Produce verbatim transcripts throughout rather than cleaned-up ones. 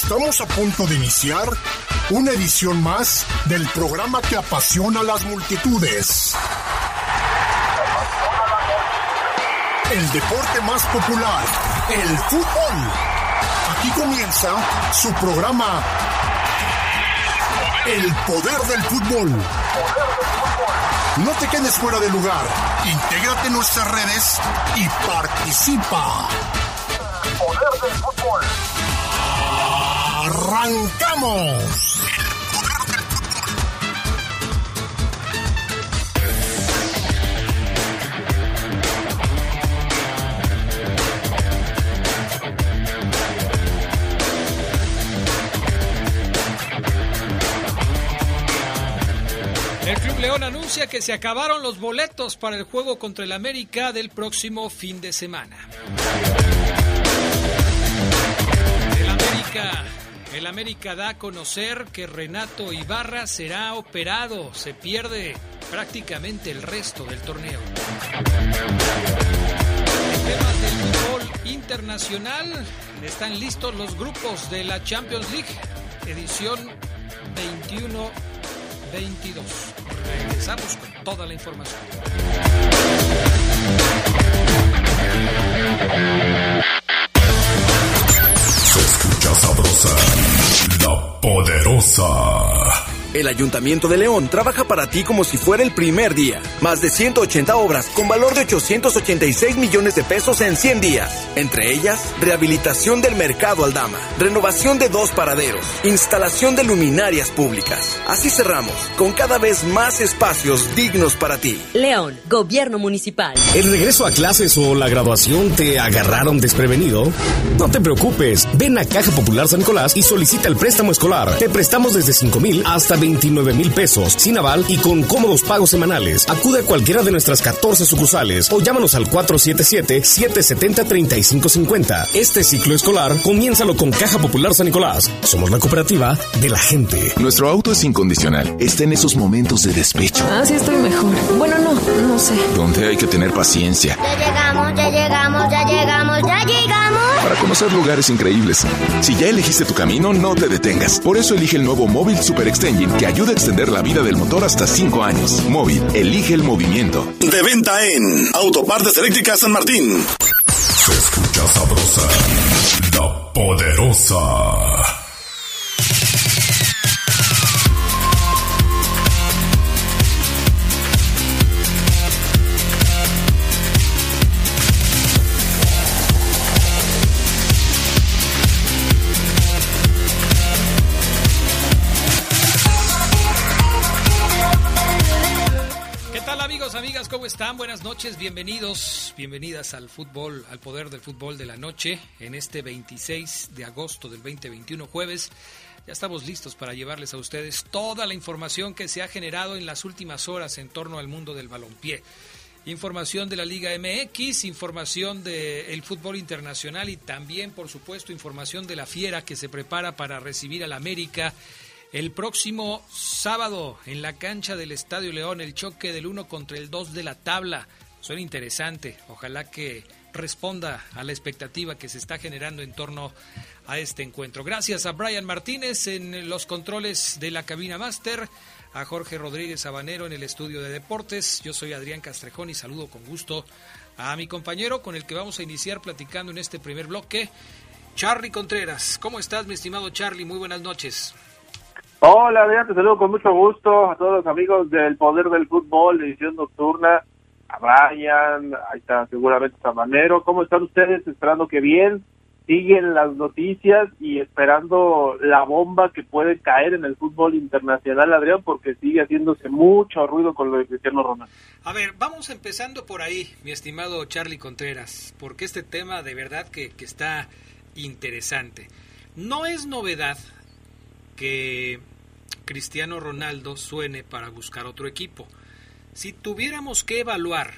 Estamos a punto de iniciar una edición más del programa que apasiona a las multitudes. El deporte más popular, el fútbol. Aquí comienza su programa, El Poder del Fútbol. No te quedes fuera de lugar. Intégrate en nuestras redes y participa. El Poder del Fútbol. ¡Arrancamos! El Club León anuncia que se acabaron los boletos para el juego contra el América del próximo fin de semana. El América, el América da a conocer que Renato Ibarra será operado. Se pierde prácticamente el resto del torneo. En temas del fútbol internacional, están listos los grupos de la Champions League, edición veintiuno veintidós. Regresamos con toda la información. Se escucha sabrosa, La Poderosa. El Ayuntamiento de León trabaja para ti como si fuera el primer día. Más de ciento ochenta obras con valor de ochocientos ochenta y seis millones de pesos en cien días. Entre ellas, rehabilitación del Mercado Aldama, renovación de dos paraderos, instalación de luminarias públicas. Así cerramos, con cada vez más espacios dignos para ti. León, Gobierno Municipal. ¿El regreso a clases o la graduación te agarraron desprevenido? No te preocupes, ven a Caja Popular San Nicolás y solicita el préstamo escolar. Te prestamos desde cinco mil hasta veintinueve mil pesos, sin aval y con cómodos pagos semanales. Acude a cualquiera de nuestras catorce sucursales o llámanos al cuatro siete siete, siete siete cero, tres cinco cinco cero. Este ciclo escolar, comiénzalo con Caja Popular San Nicolás. Somos la cooperativa de la gente. Nuestro auto es incondicional. Está en esos momentos de despecho. Ah, sí estoy mejor. Bueno, no, no sé. Donde hay que tener paciencia. Ya llegamos, ya llegamos, ya llegamos, ya llegamos. Para conocer lugares increíbles. Si ya elegiste tu camino, no te detengas. Por eso elige el nuevo Móvil Super Extension, que ayuda a extender la vida del motor hasta cinco años. Móvil, elige el movimiento. De venta en Autopartes Eléctricas San Martín. Se escucha sabrosa, La Poderosa. Amigas, ¿cómo están? Buenas noches, bienvenidos, bienvenidas al fútbol, al poder del fútbol de la noche, en este veintiséis de agosto del veinte veintiuno, jueves. Ya estamos listos para llevarles a ustedes toda la información que se ha generado en las últimas horas en torno al mundo del balompié. Información de la Liga M X, información del fútbol internacional y también, por supuesto, información de la Fiera que se prepara para recibir al América el próximo sábado en la cancha del Estadio León, el choque del uno contra el dos de la tabla. Suena interesante, ojalá que responda a la expectativa que se está generando en torno a este encuentro. Gracias a Brian Martínez en los controles de la cabina máster, a Jorge Rodríguez Habanero en el estudio de deportes. Yo soy Adrián Castrejón y saludo con gusto a mi compañero con el que vamos a iniciar platicando en este primer bloque, Charly Contreras. ¿Cómo estás, mi estimado Charly? Muy buenas noches. Hola, Adrián, te saludo con mucho gusto a todos los amigos del Poder del Fútbol, edición nocturna, a Brian, ahí está seguramente Sabanero. ¿Cómo están ustedes? Esperando que bien, siguen las noticias y esperando la bomba que puede caer en el fútbol internacional, Adrián, porque sigue haciéndose mucho ruido con lo de Cristiano Ronaldo. A ver, vamos empezando por ahí, mi estimado Charly Contreras, porque este tema de verdad que, que está interesante. No es novedad que Cristiano Ronaldo suene para buscar otro equipo. Si tuviéramos que evaluar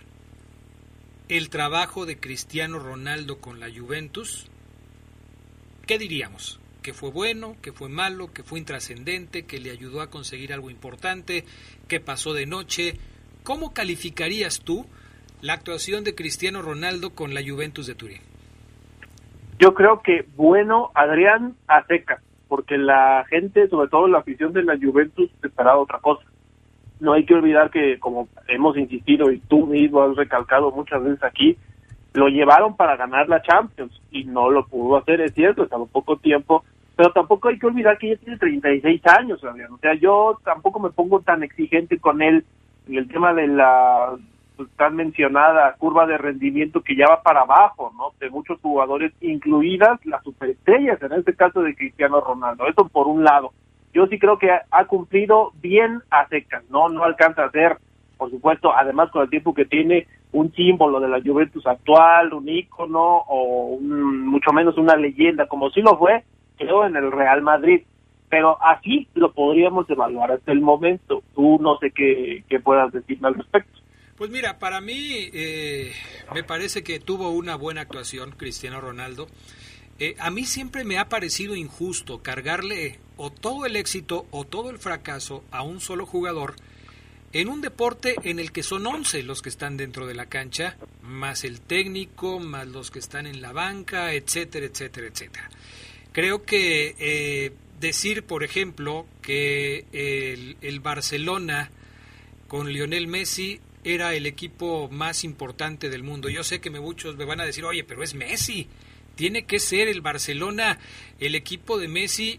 el trabajo de Cristiano Ronaldo con la Juventus, ¿qué diríamos? ¿Que fue bueno, que fue malo, que fue intrascendente, que le ayudó a conseguir algo importante, que pasó de noche? ¿Cómo calificarías tú la actuación de Cristiano Ronaldo con la Juventus de Turín? Yo creo que bueno, Adrián, a secas. porque la gente, sobre todo la afición de la Juventus, esperaba otra cosa. No hay que olvidar que, como hemos insistido y tú mismo has recalcado muchas veces aquí, lo llevaron para ganar la Champions y no lo pudo hacer, es cierto, estaba poco tiempo, pero tampoco hay que olvidar que ya tiene treinta y seis años, Adrián. O sea, yo tampoco me pongo tan exigente con él en el tema de la pues, tan mencionada curva de rendimiento que ya va para abajo, ¿no? De muchos jugadores, incluidas las superestrellas, en este caso de Cristiano Ronaldo. Eso por un lado. Yo sí creo que ha, ha cumplido bien a secas, ¿no? No alcanza a ser, por supuesto, además con el tiempo que tiene, un símbolo de la Juventus actual, un ícono o un, mucho menos una leyenda, como sí lo fue, creo, en el Real Madrid. Pero así lo podríamos evaluar hasta el momento. Tú no sé qué, qué puedas decirme al respecto. Pues mira, para mí eh, me parece que tuvo una buena actuación Cristiano Ronaldo. Eh, a mí siempre me ha parecido injusto cargarle o todo el éxito o todo el fracaso a un solo jugador en un deporte en el que son once los que están dentro de la cancha, más el técnico, más los que están en la banca, etcétera, etcétera, etcétera. Creo que eh, decir, por ejemplo, que el, el Barcelona con Lionel Messi era el equipo más importante del mundo. Yo sé que me, muchos me van a decir, oye, pero es Messi. Tiene que ser el Barcelona, el equipo de Messi,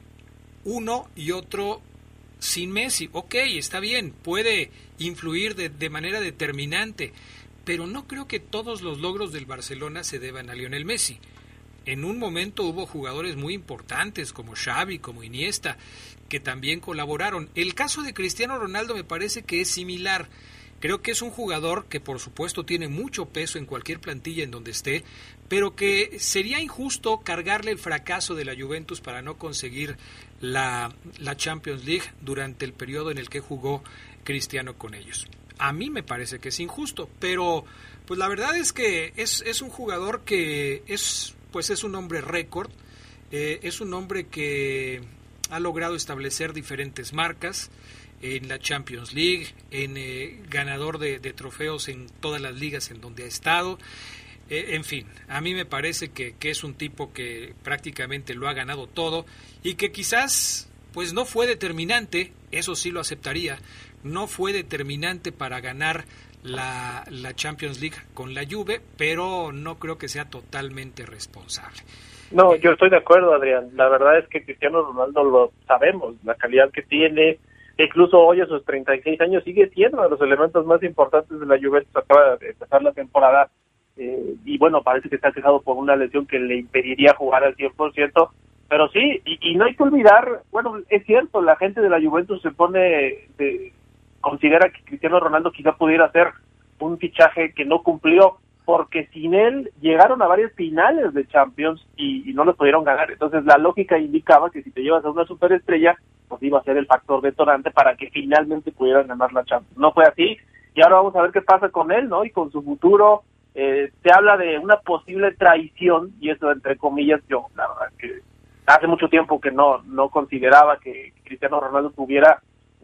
uno y otro sin Messi. Ok, está bien, puede influir de, de manera determinante, pero no creo que todos los logros del Barcelona se deban a Lionel Messi. En un momento hubo jugadores muy importantes como Xavi, como Iniesta, que también colaboraron. El caso de Cristiano Ronaldo me parece que es similar. Creo que es un jugador que por supuesto tiene mucho peso en cualquier plantilla en donde esté, pero que sería injusto cargarle el fracaso de la Juventus para no conseguir la, la Champions League durante el periodo en el que jugó Cristiano con ellos. A mí me parece que es injusto, pero pues la verdad es que es, es un jugador que es, pues es un hombre récord, eh, es un hombre que ha logrado establecer diferentes marcas en la Champions League, en eh, ganador de, de trofeos en todas las ligas en donde ha estado. Eh, en fin, a mí me parece que, que es un tipo que prácticamente lo ha ganado todo y que quizás pues no fue determinante, eso sí lo aceptaría, no fue determinante para ganar la, la Champions League con la Juve, pero no creo que sea totalmente responsable. No, yo estoy de acuerdo, Adrián. La verdad es que Cristiano Ronaldo lo sabemos, la calidad que tiene. Incluso hoy a sus treinta y seis años sigue siendo uno de los elementos más importantes de la Juventus. Acaba de empezar la temporada eh, y bueno, parece que está quejado por una lesión que le impediría jugar al cien por ciento, pero sí, y, y no hay que olvidar, bueno, es cierto, la gente de la Juventus se pone, de, considera que Cristiano Ronaldo quizá pudiera hacer un fichaje que no cumplió, porque sin él llegaron a varias finales de Champions y, y no los pudieron ganar. Entonces la lógica indicaba que si te llevas a una superestrella, pues iba a ser el factor detonante para que finalmente pudieran ganar la Champions. No fue así, y ahora vamos a ver qué pasa con él, ¿no? Y con su futuro. Eh, se habla de una posible traición, y eso entre comillas, yo la verdad que hace mucho tiempo que no, no consideraba que Cristiano Ronaldo tuviera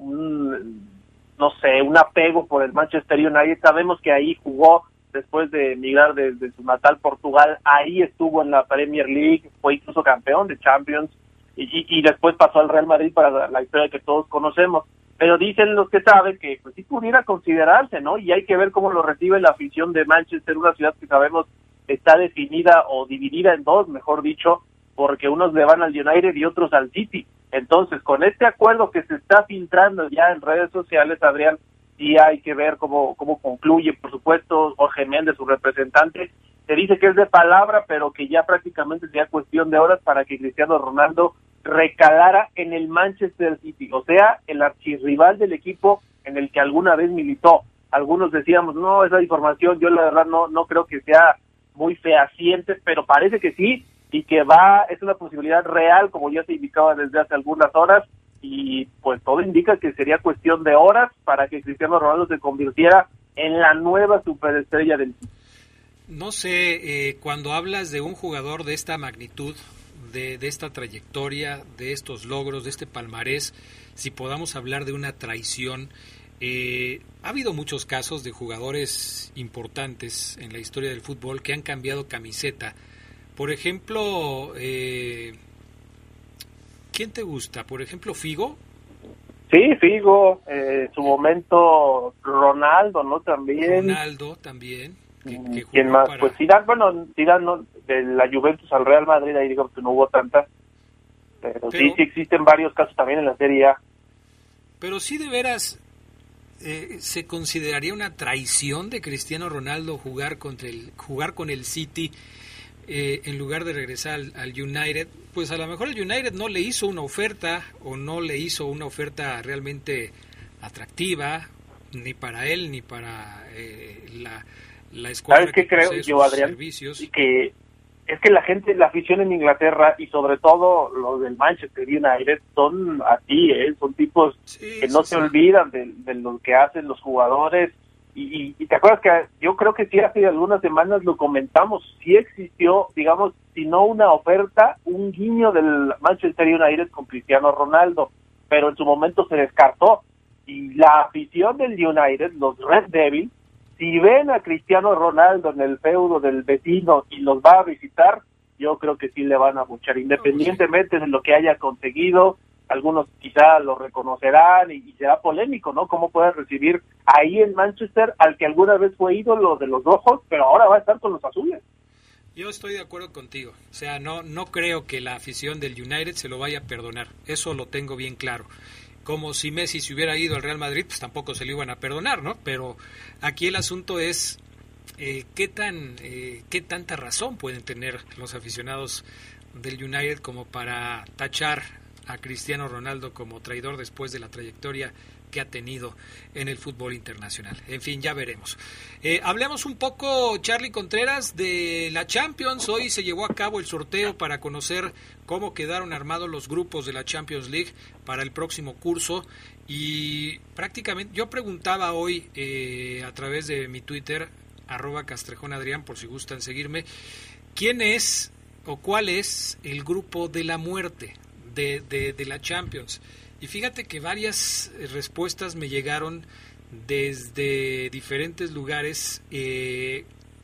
un, no sé, un apego por el Manchester United. Sabemos que ahí jugó después de emigrar desde su natal Portugal, ahí estuvo en la Premier League, fue incluso campeón de Champions, y, y, y después pasó al Real Madrid para la, la historia que todos conocemos. Pero dicen los que saben que pues sí pudiera considerarse, ¿no? Y hay que ver cómo lo recibe la afición de Manchester, una ciudad que sabemos está definida o dividida en dos, mejor dicho, porque unos le van al United y otros al City. Entonces, con este acuerdo que se está filtrando ya en redes sociales, Adrián, y hay que ver cómo cómo concluye, por supuesto, Jorge Méndez, su representante, se dice que es de palabra, pero que ya prácticamente sería cuestión de horas para que Cristiano Ronaldo recalara en el Manchester City, o sea, el archirrival del equipo en el que alguna vez militó. Algunos decíamos, no, esa información yo la verdad no no creo que sea muy fehaciente, pero parece que sí, y que va, es una posibilidad real, como ya se indicaba desde hace algunas horas, y pues todo indica que sería cuestión de horas para que Cristiano Ronaldo se convirtiera en la nueva superestrella del equipo. No sé, eh, cuando hablas de un jugador de esta magnitud, de, de esta trayectoria, de estos logros, de este palmarés, si podamos hablar de una traición, eh, ha habido muchos casos de jugadores importantes en la historia del fútbol que han cambiado camiseta. Por ejemplo, eh, ¿quién te gusta? Por ejemplo, Figo. Sí, Figo, eh, en su momento Ronaldo, ¿no? También. Ronaldo también. Que, que ¿Quién más? para... Pues Zidane, bueno, Zidane no, de la Juventus al Real Madrid, ahí digamos que no hubo tanta. Pero, pero sí, sí existen varios casos también en la Serie A. Pero sí, de veras, eh, ¿se consideraría una traición de Cristiano Ronaldo jugar contra el jugar con el City eh, en lugar de regresar al, al United? Pues a lo mejor el United no le hizo una oferta o no le hizo una oferta realmente atractiva, ni para él ni para eh, la, la escuadra. ¿Sabes qué que creo yo, Adrián? Servicios. Y que es que la gente, la afición en Inglaterra y sobre todo los del Manchester United son así, ¿eh? Son tipos sí, que no sí, se sí. olvidan de, de lo que hacen los jugadores. Y, y, y te acuerdas que yo creo que sí, hace algunas semanas lo comentamos, sí existió, digamos, si no una oferta, un guiño del Manchester United con Cristiano Ronaldo, pero en su momento se descartó. Y la afición del United, los Red Devils, si ven a Cristiano Ronaldo en el feudo del vecino y los va a visitar, yo creo que sí le van a abuchar, independientemente de lo que haya conseguido. Algunos quizá lo reconocerán y, y será polémico, ¿no? Cómo puede recibir ahí en Manchester al que alguna vez fue ídolo de los rojos, pero ahora va a estar con los azules. Yo estoy de acuerdo contigo. O sea, no, no creo que la afición del United se lo vaya a perdonar. Eso lo tengo bien claro. Como si Messi se hubiera ido al Real Madrid, pues tampoco se lo iban a perdonar, ¿no? Pero aquí el asunto es eh, qué tan eh, qué tanta razón pueden tener los aficionados del United como para tachar a Cristiano Ronaldo como traidor después de la trayectoria que ha tenido en el fútbol internacional. En fin, ya veremos. Eh, hablemos un poco, Charlie Contreras, de la Champions. Hoy se llevó a cabo el sorteo para conocer cómo quedaron armados los grupos de la Champions League para el próximo curso. Y prácticamente, yo preguntaba hoy eh, a través de mi Twitter, arroba Castrejón Adrián, por si gustan seguirme, ¿quién es o cuál es el grupo de la muerte de, de, de la Champions? Y fíjate que varias respuestas me llegaron desde diferentes lugares eh,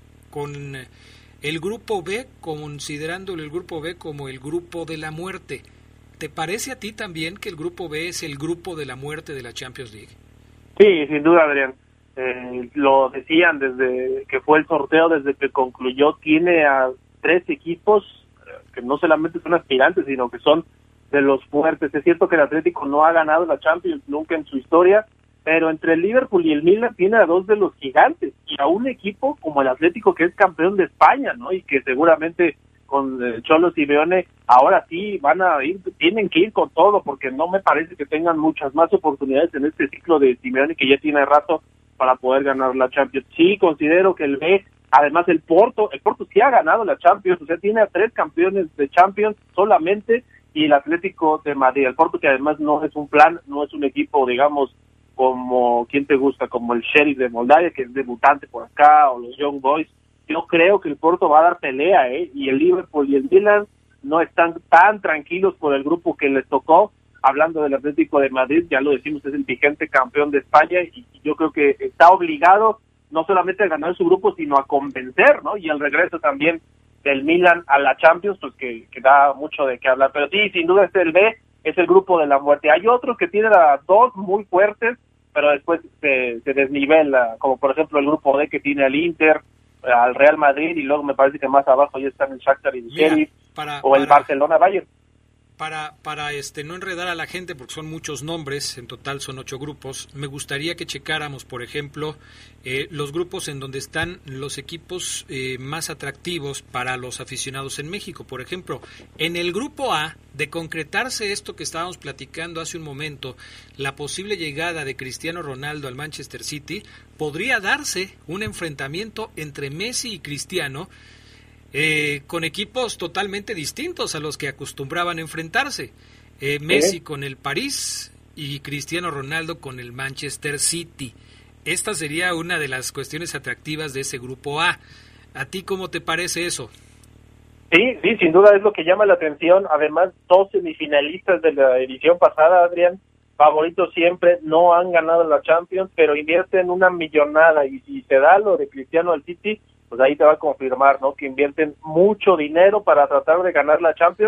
con el grupo B, considerándolo el grupo B como el grupo de la muerte. ¿Te parece a ti también que el grupo B es el grupo de la muerte de la Champions League? Sí, sin duda, Adrián. Eh, lo decían desde que fue el sorteo, desde que concluyó, tiene a tres equipos que no solamente son aspirantes, sino que son de los fuertes. Es cierto que el Atlético no ha ganado la Champions nunca en su historia, pero entre el Liverpool y el Milan tiene a dos de los gigantes y a un equipo como el Atlético que es campeón de España, ¿no? Y que seguramente con el Cholo Simeone ahora sí van a ir, tienen que ir con todo, porque no me parece que tengan muchas más oportunidades en este ciclo de Simeone que ya tiene rato para poder ganar la Champions. Sí, considero que el B, además el Porto, el Porto sí ha ganado la Champions, o sea, tiene a tres campeones de Champions solamente, y el Atlético de Madrid, el Porto, que además no es un plan, no es un equipo, digamos, como, ¿quién te gusta? Como el Sheriff de Moldavia, que es debutante por acá, o los Young Boys. Yo creo que el Porto va a dar pelea, ¿eh? Y el Liverpool y el Milan no están tan tranquilos por el grupo que les tocó. Hablando del Atlético de Madrid, ya lo decimos, es el vigente campeón de España, y yo creo que está obligado no solamente a ganar su grupo, sino a convencer, ¿no? Y el regreso también del Milan a la Champions, pues que, que da mucho de qué hablar. Pero sí, sin duda este el B es el grupo de la muerte. Hay otros que tienen a dos muy fuertes, pero después se, se desnivela, como por ejemplo el grupo D, que tiene al Inter, al Real Madrid, y luego me parece que más abajo ya están el Shakhtar y el Sheriff, o el para... Barcelona Bayern. Para, para este no enredar a la gente, porque son muchos nombres, en total son ocho grupos, me gustaría que checáramos, por ejemplo, eh, los grupos en donde están los equipos eh, más atractivos para los aficionados en México. Por ejemplo, en el grupo A, de concretarse esto que estábamos platicando hace un momento, la posible llegada de Cristiano Ronaldo al Manchester City, podría darse un enfrentamiento entre Messi y Cristiano, Eh, con equipos totalmente distintos a los que acostumbraban enfrentarse. Eh, Messi ¿Eh? con el París y Cristiano Ronaldo con el Manchester City. Esta sería una de las cuestiones atractivas de ese grupo A. ¿A ti cómo te parece eso? Sí, sí, sin duda es lo que llama la atención. Además, dos semifinalistas de la edición pasada, Adrián, favoritos siempre, no han ganado la Champions, pero invierten una millonada, y si se da lo de Cristiano al City, pues ahí te va a confirmar, ¿no? Que invierten mucho dinero para tratar de ganar la Champions,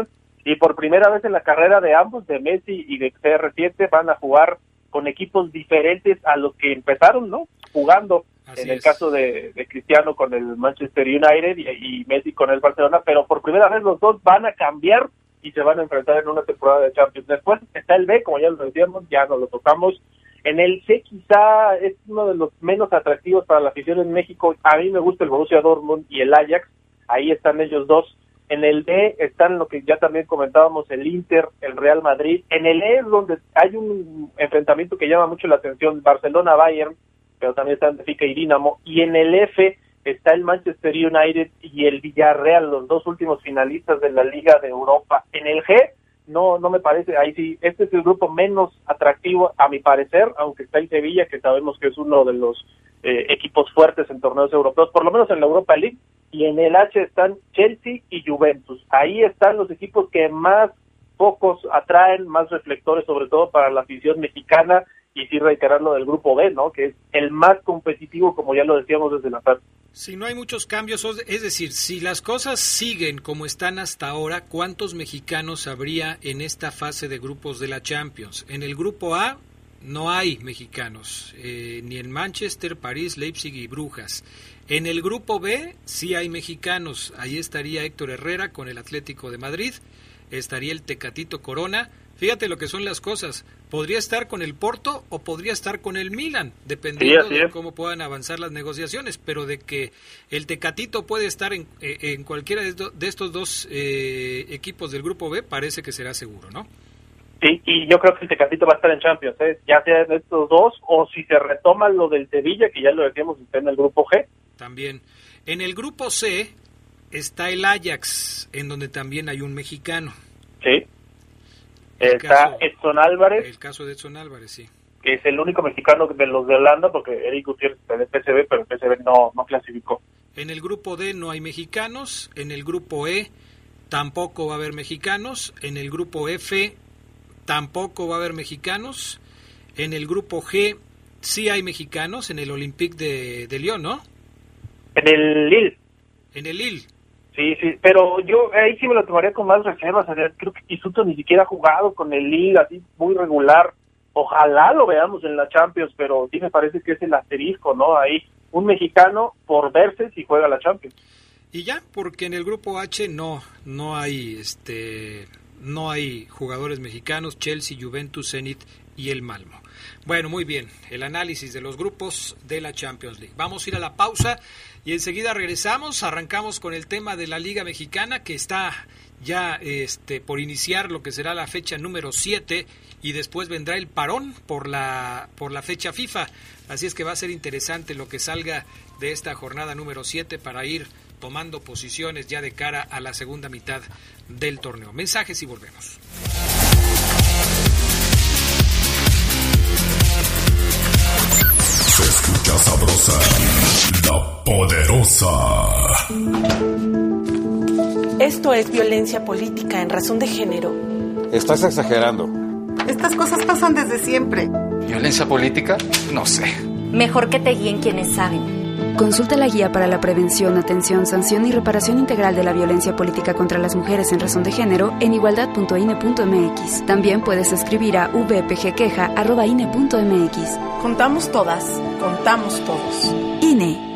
y por primera vez en la carrera de ambos, de Messi y de C R siete, van a jugar con equipos diferentes a los que empezaron, ¿no? Jugando. Así en el es. caso de, de Cristiano con el Manchester United y, y Messi con el Barcelona, pero por primera vez los dos van a cambiar y se van a enfrentar en una temporada de Champions. Después está el B, como ya lo decíamos, ya nos lo tocamos. En el C quizá es uno de los menos atractivos para la afición en México. A mí me gusta el Borussia Dortmund y el Ajax, ahí están ellos dos. En el D están lo que ya también comentábamos, el Inter, el Real Madrid. En el E es donde hay un enfrentamiento que llama mucho la atención, Barcelona-Bayern, pero también están Benfica y Dinamo. Y en el F está el Manchester United y el Villarreal, los dos últimos finalistas de la Liga de Europa. En el G no no me parece, ahí sí, este es el grupo menos atractivo a mi parecer, aunque está el Sevilla, que sabemos que es uno de los eh, equipos fuertes en torneos europeos, por lo menos en la Europa League. Y en el H están Chelsea y Juventus. Ahí están los equipos que más focos atraen, más reflectores, sobre todo para la afición mexicana, y sí reiterar lo del grupo B, ¿no? Que es el más competitivo, como ya lo decíamos desde la tarde. Si no hay muchos cambios, es decir, si las cosas siguen como están hasta ahora, ¿cuántos mexicanos habría en esta fase de grupos de la Champions? En el grupo A no hay mexicanos, eh, ni en Manchester, París, Leipzig y Brujas. En el grupo B sí hay mexicanos, ahí estaría Héctor Herrera con el Atlético de Madrid, estaría el Tecatito Corona. Fíjate lo que son las cosas, podría estar con el Porto o podría estar con el Milan, dependiendo sí, de cómo puedan avanzar las negociaciones, pero de que el Tecatito puede estar en, en cualquiera de estos dos eh, equipos del grupo B, parece que será seguro, ¿no? Sí, y yo creo que el Tecatito va a estar en Champions, ¿eh? Ya sea de estos dos, o si se retoma lo del Sevilla, que ya lo decíamos, está en el grupo G. También. En el grupo C está el Ajax, en donde también hay un mexicano. Sí. El está caso, Edson Álvarez. El caso de Edson Álvarez, sí. Que es el único mexicano de los de Holanda, porque Eric Gutiérrez está en el P S V, pero el P S V no, no clasificó. En el grupo D no hay mexicanos. En el grupo E tampoco va a haber mexicanos. En el grupo F tampoco va a haber mexicanos. En el grupo G sí hay mexicanos, en el Olympique de, de Lyon, ¿no? En el Lille. En el Lille. Sí, sí, pero yo ahí sí me lo tomaría con más reservas. O sea, creo que Quisuto ni siquiera ha jugado con el Lille, así muy regular. Ojalá lo veamos en la Champions, pero sí me parece que es el asterisco, ¿no? Ahí un mexicano por verse si juega la Champions. Y ya, porque en el grupo H no, no hay, este, no hay jugadores mexicanos, Chelsea, Juventus, Zenit y el Malmo. Bueno, muy bien, el análisis de los grupos de la Champions League. Vamos a ir a la pausa y enseguida regresamos, arrancamos con el tema de la Liga Mexicana, que está ya este, por iniciar lo que será la fecha número siete, y después vendrá el parón por la, por la fecha FIFA. Así es que va a ser interesante lo que salga de esta jornada número siete para ir tomando posiciones ya de cara a la segunda mitad del torneo. Mensajes y volvemos. Se escucha sabrosa, la poderosa. Esto es violencia política en razón de género. Estás exagerando. Estas cosas pasan desde siempre. ¿Violencia política? No sé. Mejor que te guíen quienes saben. Consulta la guía para la prevención, atención, sanción y reparación integral de la violencia política contra las mujeres en razón de género en igualdad punto i n e punto m x. También puedes escribir a v p g queja arroba i n e punto m x. Contamos todas, contamos todos. I N E.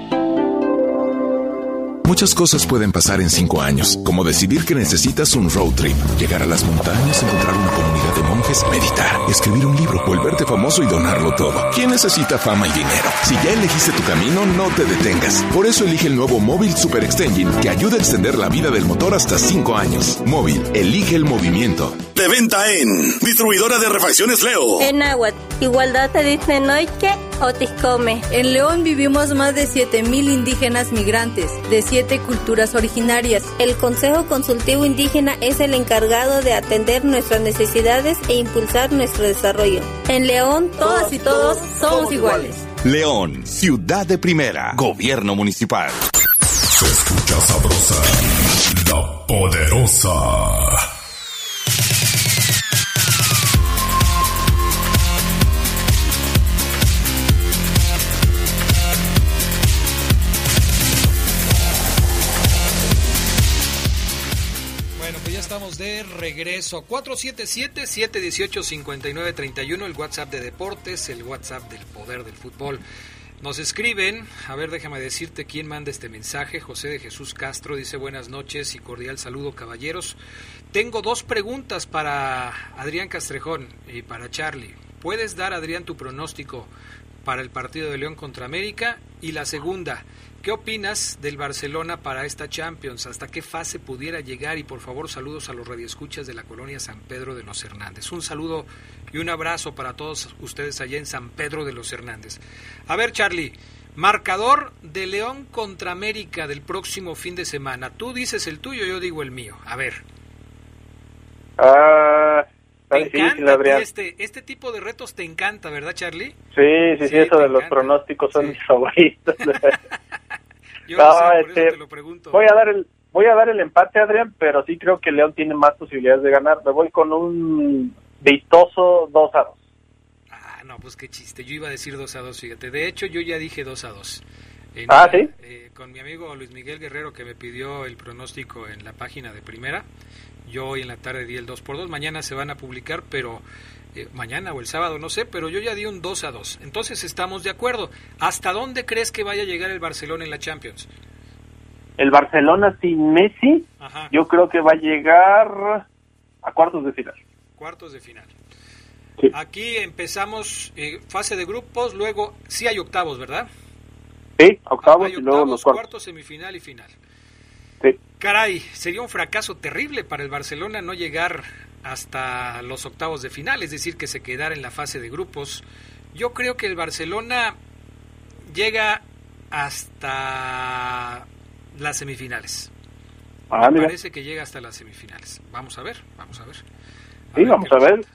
Muchas cosas pueden pasar en cinco años, como decidir que necesitas un road trip, llegar a las montañas, encontrar una comunidad de monjes, meditar, escribir un libro, volverte famoso y donarlo todo. ¿Quién necesita fama y dinero? Si ya elegiste tu camino, no te detengas. Por eso elige el nuevo Móvil Super Extension, que ayuda a extender la vida del motor hasta cinco años. Móvil, elige el movimiento. De venta en Distribuidora de Refacciones Leo. En Nahuatl, igualdad te dicen hoy que Otiscome. En León vivimos más de siete mil indígenas migrantes, de siete culturas originarias. El Consejo Consultivo Indígena es el encargado de atender nuestras necesidades e impulsar nuestro desarrollo. En León, todas y todos somos iguales. León, ciudad de primera, gobierno municipal. Se escucha sabrosa, la poderosa. estamos de regreso. cuatro siete siete, siete uno ocho, cinco nueve tres uno, el WhatsApp de Deportes, el WhatsApp del Poder del Fútbol. Nos escriben, a ver, déjame decirte quién manda este mensaje. José de Jesús Castro dice: buenas noches y cordial saludo, caballeros. Tengo dos preguntas para Adrián Castrejón y para Charlie. ¿Puedes dar, Adrián, tu pronóstico para el partido de León contra América? Y la segunda, ¿qué opinas del Barcelona para esta Champions? ¿Hasta qué fase pudiera llegar? Y por favor, saludos a los radioescuchas de la colonia San Pedro de los Hernández. Un saludo y un abrazo para todos ustedes allá en San Pedro de los Hernández. A ver, Charlie, marcador de León contra América del próximo fin de semana. Tú dices el tuyo, yo digo el mío. A ver. Ah... Te difícil, encanta, Adrián. Este, este tipo de retos te encanta, ¿verdad, Charlie? Sí, sí, sí, Sí, eso te de los encanta. pronósticos son Sí. mis favoritos. Yo No, no sé, por este, eso te lo pregunto. Voy a dar el voy a dar el empate, Adrián, pero sí creo que León tiene más posibilidades de ganar. Me voy con un vistoso dos a dos. Ah, no, pues qué chiste. Yo iba a decir dos a dos, fíjate. De hecho, yo ya dije dos a dos. En Ah, la- ¿sí? eh, con mi amigo Luis Miguel Guerrero, que me pidió el pronóstico en la página de Primera. Yo hoy en la tarde di el dos por dos. Mañana se van a publicar, pero eh, mañana o el sábado, no sé, pero yo ya di un dos a dos. Entonces estamos de acuerdo. ¿Hasta dónde crees que vaya a llegar el Barcelona en la Champions? El Barcelona sin Messi, Ajá. yo creo que va a llegar a cuartos de final. Cuartos de final. Sí. Aquí empezamos eh, fase de grupos, luego sí hay octavos, ¿verdad? Sí, octavos Hay y luego octavos, los cuartos. cuartos, semifinal y final. Sí. Caray, sería un fracaso terrible para el Barcelona no llegar hasta los octavos de final, es decir, que se quedara en la fase de grupos. Yo creo que el Barcelona llega hasta las semifinales. Ah, Me mira. parece que llega hasta las semifinales. Vamos a ver, vamos a ver. A Sí, ver vamos qué a ver. resulta.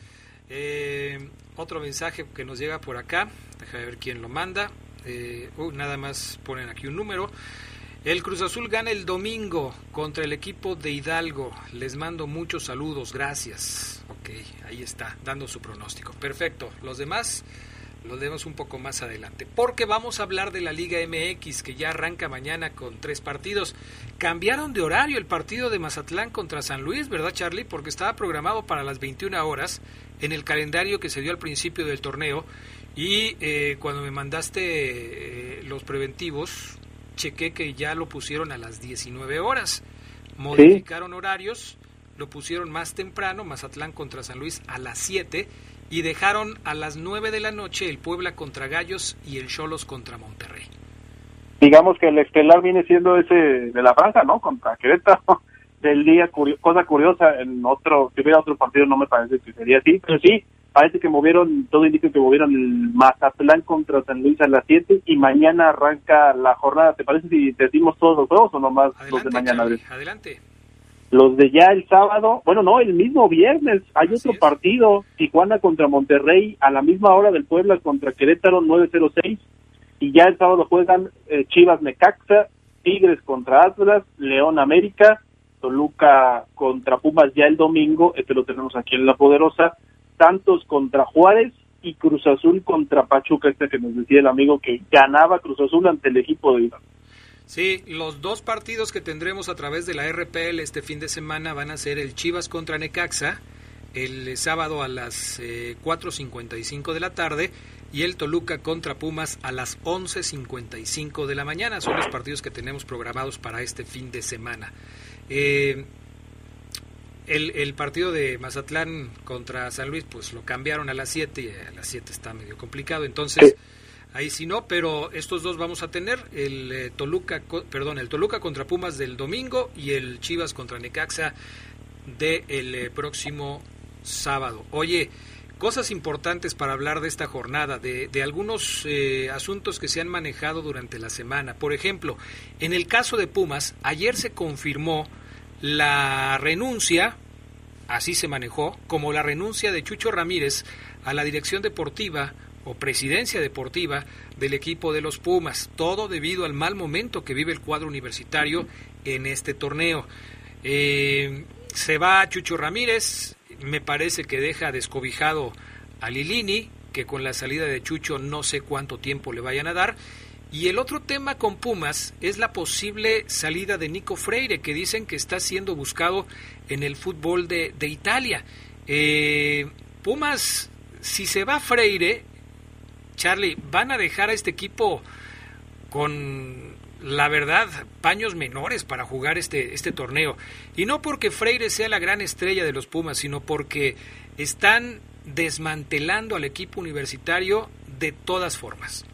Eh, otro mensaje que nos llega por acá, déjame ver quién lo manda. Eh, uh, nada más ponen aquí un número. El Cruz Azul gana el domingo contra el equipo de Hidalgo. Les mando muchos saludos, gracias. Ok, ahí está, dando su pronóstico. Perfecto, los demás los vemos un poco más adelante, porque vamos a hablar de la Liga M X, que ya arranca mañana con tres partidos. Cambiaron de horario el partido de Mazatlán contra San Luis, ¿verdad, Charlie? Porque estaba programado para las veintiuna horas en el calendario que se dio al principio del torneo, y eh, cuando me mandaste eh, los preventivos, chequé que ya lo pusieron a las diecinueve horas. Modificaron ¿Sí? horarios, lo pusieron más temprano, Mazatlán contra San Luis a las siete, y dejaron a las nueve de la noche el Puebla contra Gallos y el Xolos contra Monterrey. Digamos que el estelar viene siendo ese de la franja, ¿no? Contra Querétaro del día. Curio- cosa curiosa, en otro, si hubiera otro partido no me parece que sería así, pero sí, parece que movieron, todo indica que movieron el Mazatlán contra San Luis a las siete y mañana arranca la jornada. ¿Te parece si te decimos todos los juegos o nomás Adelante, los de mañana? Charlie, adelante. Los de ya el sábado, bueno, no, el mismo viernes hay Así otro es. partido, Tijuana contra Monterrey, a la misma hora del Puebla contra Querétaro, nueve cero seis, y ya el sábado juegan eh, Chivas Necaxa, Tigres contra Atlas, León América, Toluca contra Pumas ya el domingo, este lo tenemos aquí en La Poderosa, Santos contra Juárez y Cruz Azul contra Pachuca, este que nos decía el amigo que ganaba Cruz Azul ante el equipo de Hidalgo. Sí, los dos partidos que tendremos a través de la R P L este fin de semana van a ser el Chivas contra Necaxa, el eh, sábado a las eh, cuatro cincuenta y cinco de la tarde, y el Toluca contra Pumas a las once cincuenta y cinco de la mañana. Son los partidos que tenemos programados para este fin de semana. Eh, el, el partido de Mazatlán contra San Luis, pues lo cambiaron a las siete, y a las siete está medio complicado, entonces... Sí. Ahí sí no, pero estos dos vamos a tener, el eh, Toluca, co- perdón, el Toluca contra Pumas del domingo y el Chivas contra Necaxa del eh, próximo sábado. Oye, cosas importantes para hablar de esta jornada, de, de algunos eh, asuntos que se han manejado durante la semana. Por ejemplo, en el caso de Pumas, ayer se confirmó la renuncia, así se manejó, como la renuncia de Chucho Ramírez a la dirección deportiva o presidencia deportiva del equipo de los Pumas, todo debido al mal momento que vive el cuadro universitario en este torneo. Eh, se va Chucho Ramírez, me parece que deja descobijado a Lilini, que con la salida de Chucho no sé cuánto tiempo le vayan a dar, Y el otro tema con Pumas es la posible salida de Nico Freire, que dicen que está siendo buscado en el fútbol de, de Italia. Eh, Pumas, si se va Freire, Charlie, van a dejar a este equipo con, la verdad, paños menores para jugar este, este torneo. Y no porque Freire sea la gran estrella de los Pumas, sino porque están desmantelando al equipo universitario de todas formas.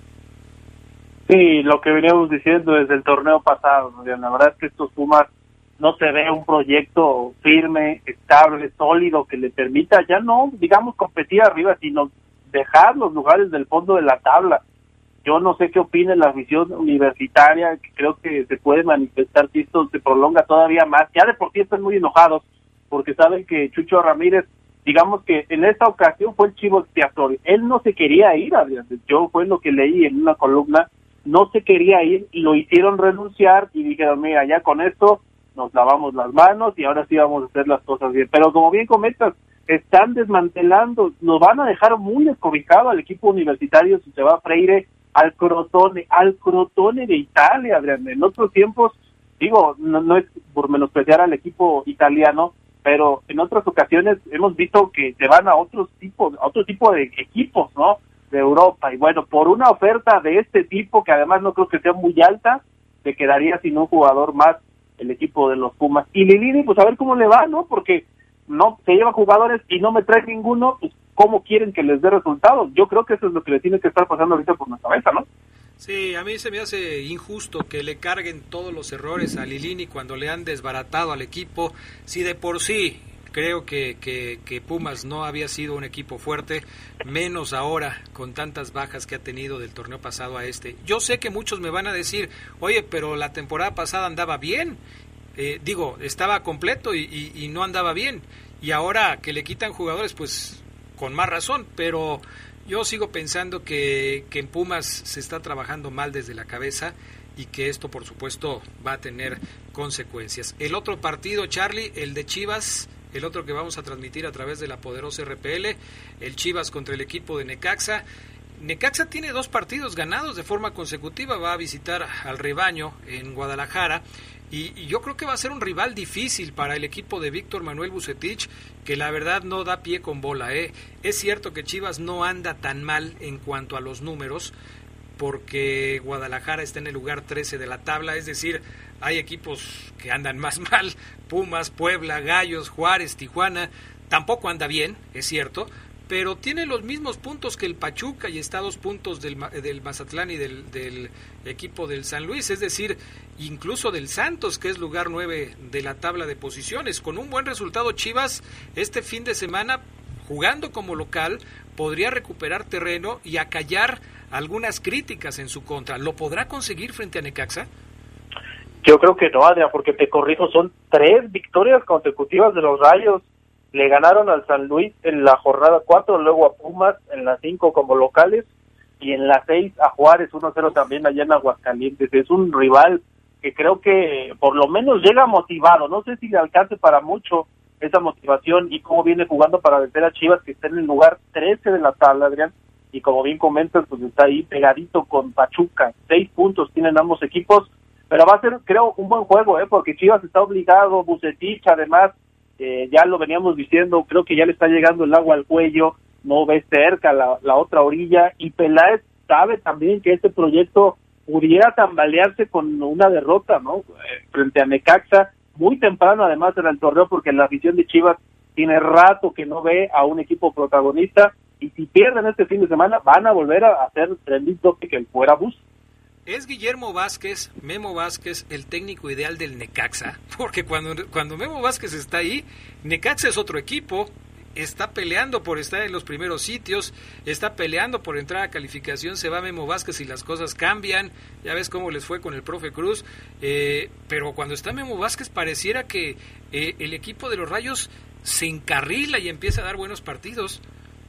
Sí, lo que veníamos diciendo desde el torneo pasado, ¿no? La verdad es que estos Pumas no se ve un proyecto firme, estable, sólido, que le permita ya no, digamos, competir arriba, sino dejar los lugares del fondo de la tabla. Yo no sé qué opina la afición universitaria, que creo que se puede manifestar si esto se prolonga todavía más. Ya de por sí están muy enojados, porque saben que Chucho Ramírez, digamos que en esta ocasión fue el chivo expiatorio. Él no se quería ir, Adrián. Yo fue lo que leí en una columna, no se quería ir, y lo hicieron renunciar y dijeron, mira, ya con esto nos lavamos las manos y ahora sí vamos a hacer las cosas bien. Pero como bien comentas, están desmantelando, nos van a dejar muy descobijado al equipo universitario si se va Freire al Crotone, al Crotone de Italia, Adrián. En otros tiempos, digo, no, no es por menospreciar al equipo italiano, pero en otras ocasiones hemos visto que se van a otros tipos, a otro tipo de equipos, ¿no?, de Europa. Y bueno, por una oferta de este tipo, que además no creo que sea muy alta, se quedaría sin un jugador más el equipo de los Pumas. Y Lilini, pues a ver cómo le va, ¿no? Porque no se lleva jugadores y no me trae ninguno, pues ¿cómo quieren que les dé resultados? Yo creo que eso es lo que le tiene que estar pasando ahorita por nuestra cabeza, ¿no? Sí, a mí se me hace injusto que le carguen todos los errores a Lilini cuando le han desbaratado al equipo. Si de por sí creo que, que, que Pumas no había sido un equipo fuerte, menos ahora con tantas bajas que ha tenido del torneo pasado a este. Yo sé que muchos me van a decir, oye, pero la temporada pasada andaba bien, eh, digo, estaba completo y, y, y no andaba bien, y ahora que le quitan jugadores, pues con más razón, pero yo sigo pensando que, que en Pumas se está trabajando mal desde la cabeza y que esto, por supuesto, va a tener consecuencias. El otro partido, Charlie, el de Chivas, el otro que vamos a transmitir a través de la poderosa R P L, el Chivas contra el equipo de Necaxa. Necaxa tiene dos partidos ganados de forma consecutiva, va a visitar al Rebaño en Guadalajara, y, y yo creo que va a ser un rival difícil para el equipo de Víctor Manuel Vucetich, que la verdad no da pie con bola, ¿eh? Es cierto que Chivas no anda tan mal en cuanto a los números, porque Guadalajara está en el lugar trece de la tabla, es decir, hay equipos que andan más mal, Pumas, Puebla, Gallos, Juárez, Tijuana, tampoco anda bien, es cierto, pero tiene los mismos puntos que el Pachuca y está a dos puntos del, del Mazatlán y del, del equipo del San Luis, es decir, incluso del Santos, que es lugar nueve de la tabla de posiciones. Con un buen resultado, Chivas este fin de semana, jugando como local, podría recuperar terreno y acallar algunas críticas en su contra. ¿Lo podrá conseguir frente a Necaxa? Yo creo que no, Adrián, porque te corrijo, son tres victorias consecutivas de los Rayos. Le ganaron al San Luis en la jornada cuatro, luego a Pumas en la cinco como locales, y en la seis a Juárez uno cero también allá en Aguascalientes. Es un rival que creo que por lo menos llega motivado, no sé si le alcance para mucho esa motivación y cómo viene jugando para vencer a Chivas, que está en el lugar trece de la tabla, Adrián, y como bien comentas, pues está ahí pegadito con Pachuca, seis puntos tienen ambos equipos, pero va a ser, creo, un buen juego, ¿eh? Porque Chivas está obligado, Vucetich, además, eh, ya lo veníamos diciendo, creo que ya le está llegando el agua al cuello, no ve cerca la, la otra orilla, y Peláez sabe también que este proyecto pudiera tambalearse con una derrota, ¿no? Eh, frente a Necaxa, muy temprano además en el torneo, porque la afición de Chivas tiene rato que no ve a un equipo protagonista, y si pierden este fin de semana, van a volver a hacer trending topic el fuera bus. ¿Es Guillermo Vázquez, Memo Vázquez, el técnico ideal del Necaxa? Porque cuando, cuando Memo Vázquez está ahí, Necaxa es otro equipo, está peleando por estar en los primeros sitios, está peleando por entrar a calificación, se va Memo Vázquez y las cosas cambian, ya ves cómo les fue con el profe Cruz, eh, pero cuando está Memo Vázquez pareciera que eh, el equipo de los Rayos se encarrila y empieza a dar buenos partidos.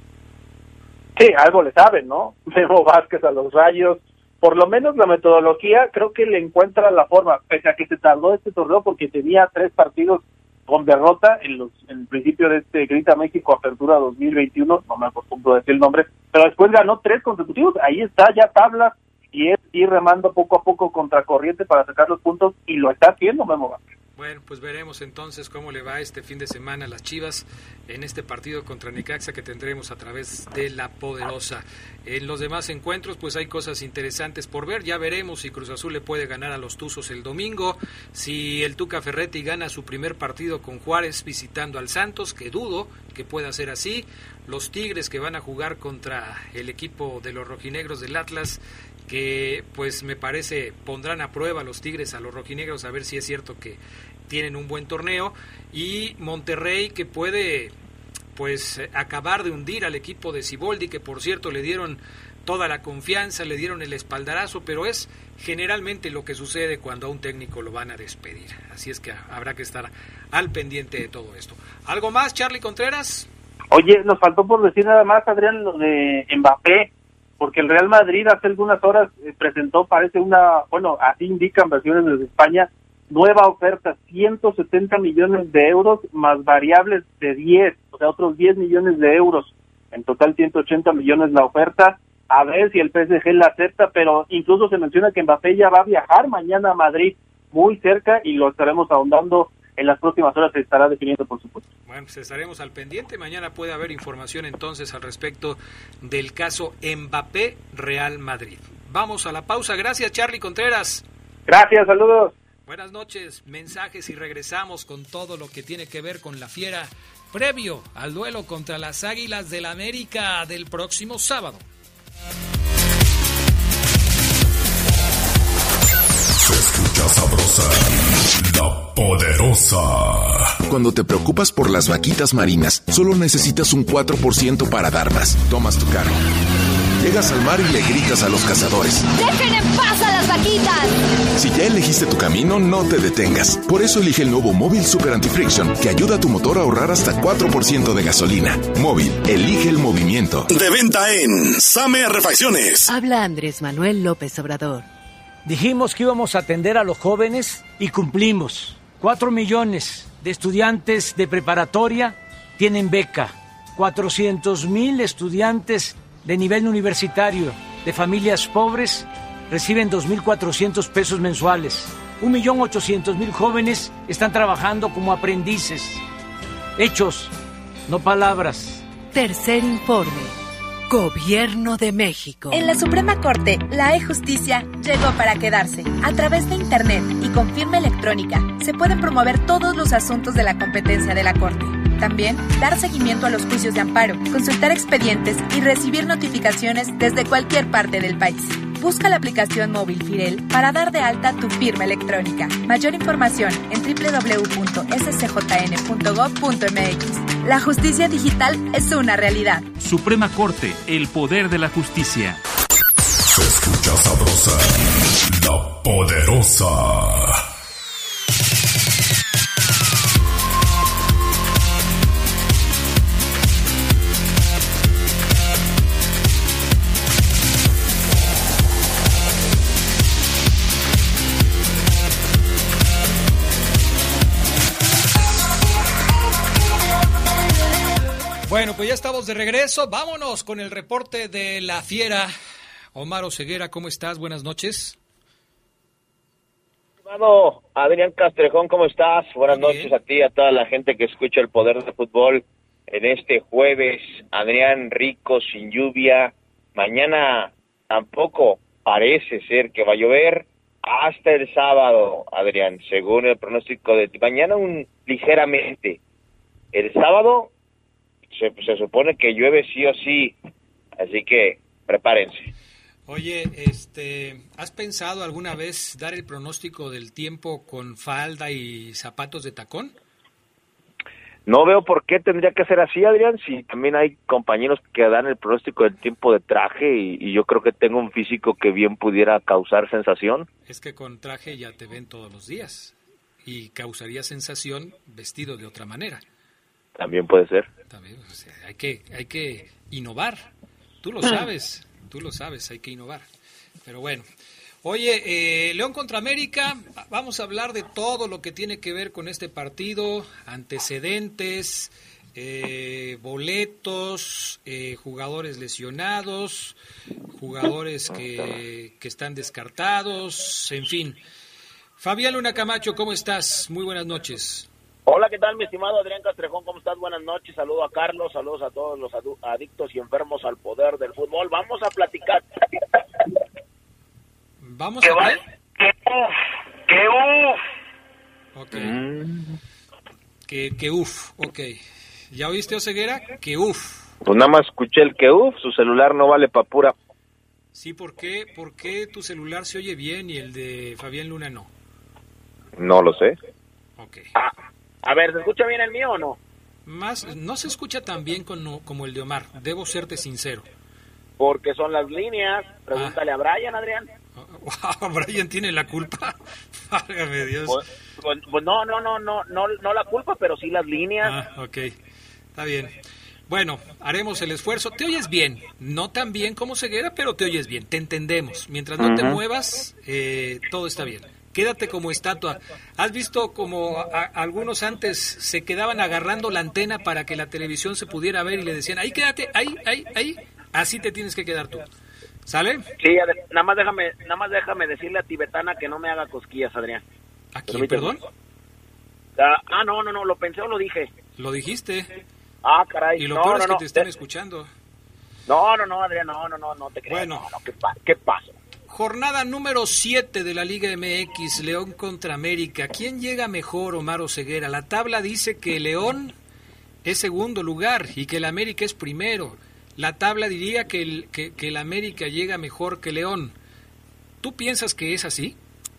Sí, algo le saben, ¿no? Memo Vázquez a los Rayos, por lo menos la metodología, creo que le encuentra la forma, pese a que se tardó este torneo porque tenía tres partidos con derrota en, los, en el principio de este Grita México Apertura dos mil veintiuno, no me acostumbro a decir el nombre, pero después ganó tres consecutivos, ahí está ya tabla y es ir remando poco a poco contra corriente para sacar los puntos, y lo está haciendo Memo Vázquez. Bueno, pues veremos entonces cómo le va este fin de semana a las Chivas en este partido contra Necaxa que tendremos a través de La Poderosa. En los demás encuentros pues hay cosas interesantes por ver, ya veremos si Cruz Azul le puede ganar a los Tuzos el domingo, si el Tuca Ferretti gana su primer partido con Juárez visitando al Santos, que dudo que pueda ser así, los Tigres que van a jugar contra el equipo de los rojinegros del Atlas, que pues me parece pondrán a prueba los Tigres a los rojinegros a ver si es cierto que tienen un buen torneo, y Monterrey que puede pues acabar de hundir al equipo de Siboldi, que por cierto le dieron toda la confianza, le dieron el espaldarazo, pero es generalmente lo que sucede cuando a un técnico lo van a despedir, así es que habrá que estar al pendiente de todo esto. ¿Algo más, Charlie Contreras? Oye, nos faltó por decir nada más, Adrián, lo de Mbappé, porque el Real Madrid hace algunas horas eh, presentó, parece una, bueno, así indican versiones desde España, nueva oferta, ciento setenta millones de euros más variables de diez, o sea, otros diez millones de euros, en total ciento ochenta millones la oferta, a ver si el P S G la acepta, pero incluso se menciona que Mbappé ya va a viajar mañana a Madrid, muy cerca, y lo estaremos ahondando en las próximas horas, se estará definiendo, por supuesto. Bueno, pues estaremos al pendiente, mañana puede haber información entonces al respecto del caso Mbappé Real Madrid. Vamos a la pausa, gracias Charlie Contreras. Gracias, saludos. Buenas noches, mensajes y regresamos con todo lo que tiene que ver con la Fiera, previo al duelo contra las Águilas del América del próximo sábado. Se escucha sabrosa, La Poderosa. Cuando te preocupas por las vaquitas marinas, solo necesitas un cuatro por ciento para dar más. Tomas tu carro. Llegas al mar y le gritas a los cazadores: ¡dejen en paz a las vaquitas! Si ya elegiste tu camino, no te detengas. Por eso elige el nuevo Móvil Super Anti-Friction, que ayuda a tu motor a ahorrar hasta cuatro por ciento de gasolina. Móvil, elige el movimiento. De venta en Same Refacciones. Habla Andrés Manuel López Obrador. Dijimos que íbamos a atender a los jóvenes y cumplimos. Cuatro millones de estudiantes de preparatoria tienen beca. Cuatrocientos mil estudiantes de nivel universitario de familias pobres reciben dos mil cuatrocientos pesos mensuales. Un millón ochocientos mil jóvenes están trabajando como aprendices. Hechos, no palabras. Tercer informe. Gobierno de México. En la Suprema Corte, la e-Justicia llegó para quedarse. A través de Internet y con firma electrónica, se pueden promover todos los asuntos de la competencia de la Corte. También, dar seguimiento a los juicios de amparo, consultar expedientes y recibir notificaciones desde cualquier parte del país. Busca la aplicación móvil Firel para dar de alta tu firma electrónica. Mayor información en doble u doble u doble u punto s c j n punto gov punto m x. La justicia digital es una realidad. Suprema Corte, el poder de la justicia. Se escucha sabrosa, La Poderosa. Bueno, pues ya estamos de regreso. Vámonos con el reporte de la Fiera. Omar Oseguera, ¿cómo estás? Buenas noches. Estimado Adrián Castrejón, ¿cómo estás? Buenas Muy noches bien. A ti y a toda la gente que escucha el poder del fútbol en este jueves. Adrián, rico, sin lluvia. Mañana tampoco parece ser que va a llover hasta el sábado, Adrián, según el pronóstico de mañana, un ligeramente. El sábado Se, se supone que llueve sí o sí, así que prepárense. Oye, este, ¿has pensado alguna vez dar el pronóstico del tiempo con falda y zapatos de tacón? No veo por qué tendría que ser así, Adrián, si también hay compañeros que dan el pronóstico del tiempo de traje y, y yo creo que tengo un físico que bien pudiera causar sensación. Es que con traje ya te ven todos los días y causaría sensación vestido de otra manera. También puede ser. También, o sea, hay que hay que innovar. Tú lo sabes, tú lo sabes, hay que innovar. Pero bueno. Oye, eh, León contra América, vamos a hablar de todo lo que tiene que ver con este partido, antecedentes, eh, boletos, eh, jugadores lesionados, jugadores que, que están descartados, en fin. Fabián Luna Camacho, ¿cómo estás? Muy buenas noches. Hola, ¿qué tal, mi estimado Adrián Castrejón? ¿Cómo estás? Buenas noches. Saludo a Carlos, saludos a todos los adictos y enfermos al poder del fútbol. Vamos a platicar. Vamos a ver. ¡Qué uf! ¡Qué uf! Ok. Mm. Que, que uf, ok. ¿Ya oíste, Oseguera? Que uf. Pues nada más escuché el que uf, su celular no vale pa' pura. Sí, ¿por qué? ¿Por qué tu celular se oye bien y el de Fabián Luna no? No lo sé. Ok. Ah, a ver, ¿se escucha bien el mío o no? Más, no se escucha tan bien como, como el de Omar, debo serte sincero. Porque son las líneas. Pregúntale ah. a Brian, Adrián. Wow, Brian tiene la culpa. Válgame Dios. Pues, pues, pues no, no, no, no, no, no la culpa, pero sí las líneas. Ah, ok. Está bien. Bueno, haremos el esfuerzo. Te oyes bien, no tan bien como Ceguera, pero te oyes bien, te entendemos. Mientras no uh-huh. te muevas, eh, todo está bien. Quédate como estatua. ¿Has visto como a, a, algunos antes se quedaban agarrando la antena para que la televisión se pudiera ver y le decían, ahí quédate, ahí, ahí, ahí? Así te tienes que quedar tú. ¿Sale? Sí, nada más déjame, nada más déjame decirle a Tibetana que no me haga cosquillas, Adrián. ¿A quién, perdón? Ah, ah, no, no, no, lo pensé o lo dije. Lo dijiste. Ah, caray. Y lo no, peor no, es que no, te están de... escuchando. No, no, no, Adrián, no, no, no, no te creas. Bueno. No, no, ¿qué, pa- ¿qué pasa? Jornada número siete de la Liga M X, León contra América. ¿Quién llega mejor, Omar Oseguera? La tabla dice que León es segundo lugar y que el América es primero. La tabla diría que el, que, que el América llega mejor que León. ¿Tú piensas que es así?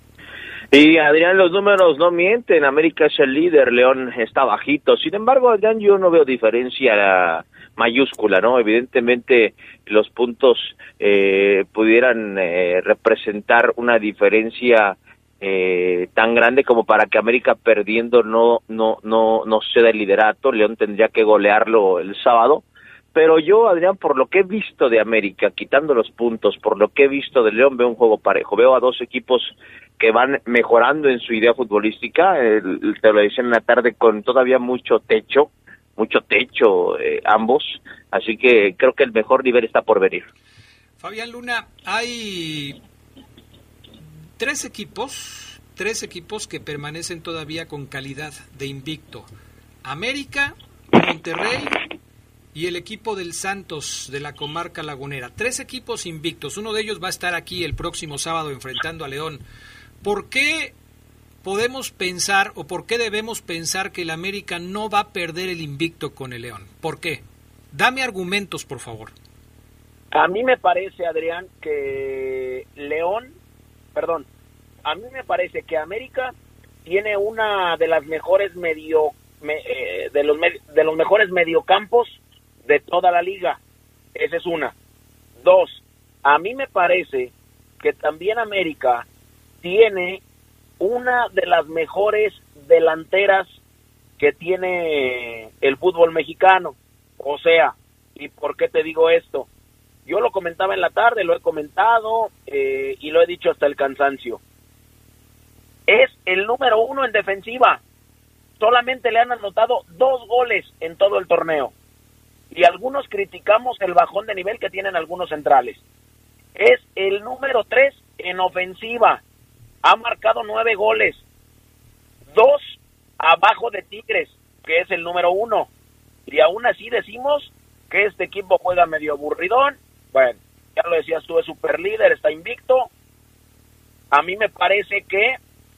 Y Adrián, los números no mienten. América es el líder, León está bajito. Sin embargo, Adrián, yo no veo diferencia mayúscula, ¿no? Evidentemente los puntos eh, pudieran eh, representar una diferencia eh, tan grande como para que América perdiendo no no no no ceda el liderato. León tendría que golearlo el sábado. Pero yo, Adrián, por lo que he visto de América, quitando los puntos, por lo que he visto de León, veo un juego parejo. Veo a dos equipos que van mejorando en su idea futbolística. El, te lo decía en la tarde, con todavía mucho techo, mucho techo eh, ambos. Así que creo que el mejor nivel está por venir. Fabián Luna, hay tres equipos, tres equipos que permanecen todavía con calidad de invicto. América, Monterrey y el equipo del Santos de la comarca lagunera. Tres equipos invictos. Uno de ellos va a estar aquí el próximo sábado enfrentando a León. ¿Por qué podemos pensar o por qué debemos pensar que el América no va a perder el invicto con el León? ¿Por qué? Dame argumentos, por favor. A mí me parece, Adrián, que León, perdón, a mí me parece que América tiene una de las mejores medio, me, eh, de los de los mejores mediocampos de toda la liga. Esa es una. Dos, a mí me parece que también América tiene una de las mejores delanteras que tiene el fútbol mexicano. O sea, ¿y por qué te digo esto? Yo lo comentaba en la tarde, lo he comentado eh, y lo he dicho hasta el cansancio. Es el número uno en defensiva. Solamente le han anotado dos goles en todo el torneo. Y algunos criticamos el bajón de nivel que tienen algunos centrales. Es el número tres en ofensiva. Ha marcado nueve goles. Dos abajo de Tigres, que es el número uno. Y aún así decimos que este equipo juega medio aburridón. Bueno, ya lo decías tú, es super líder, está invicto. A mí me parece que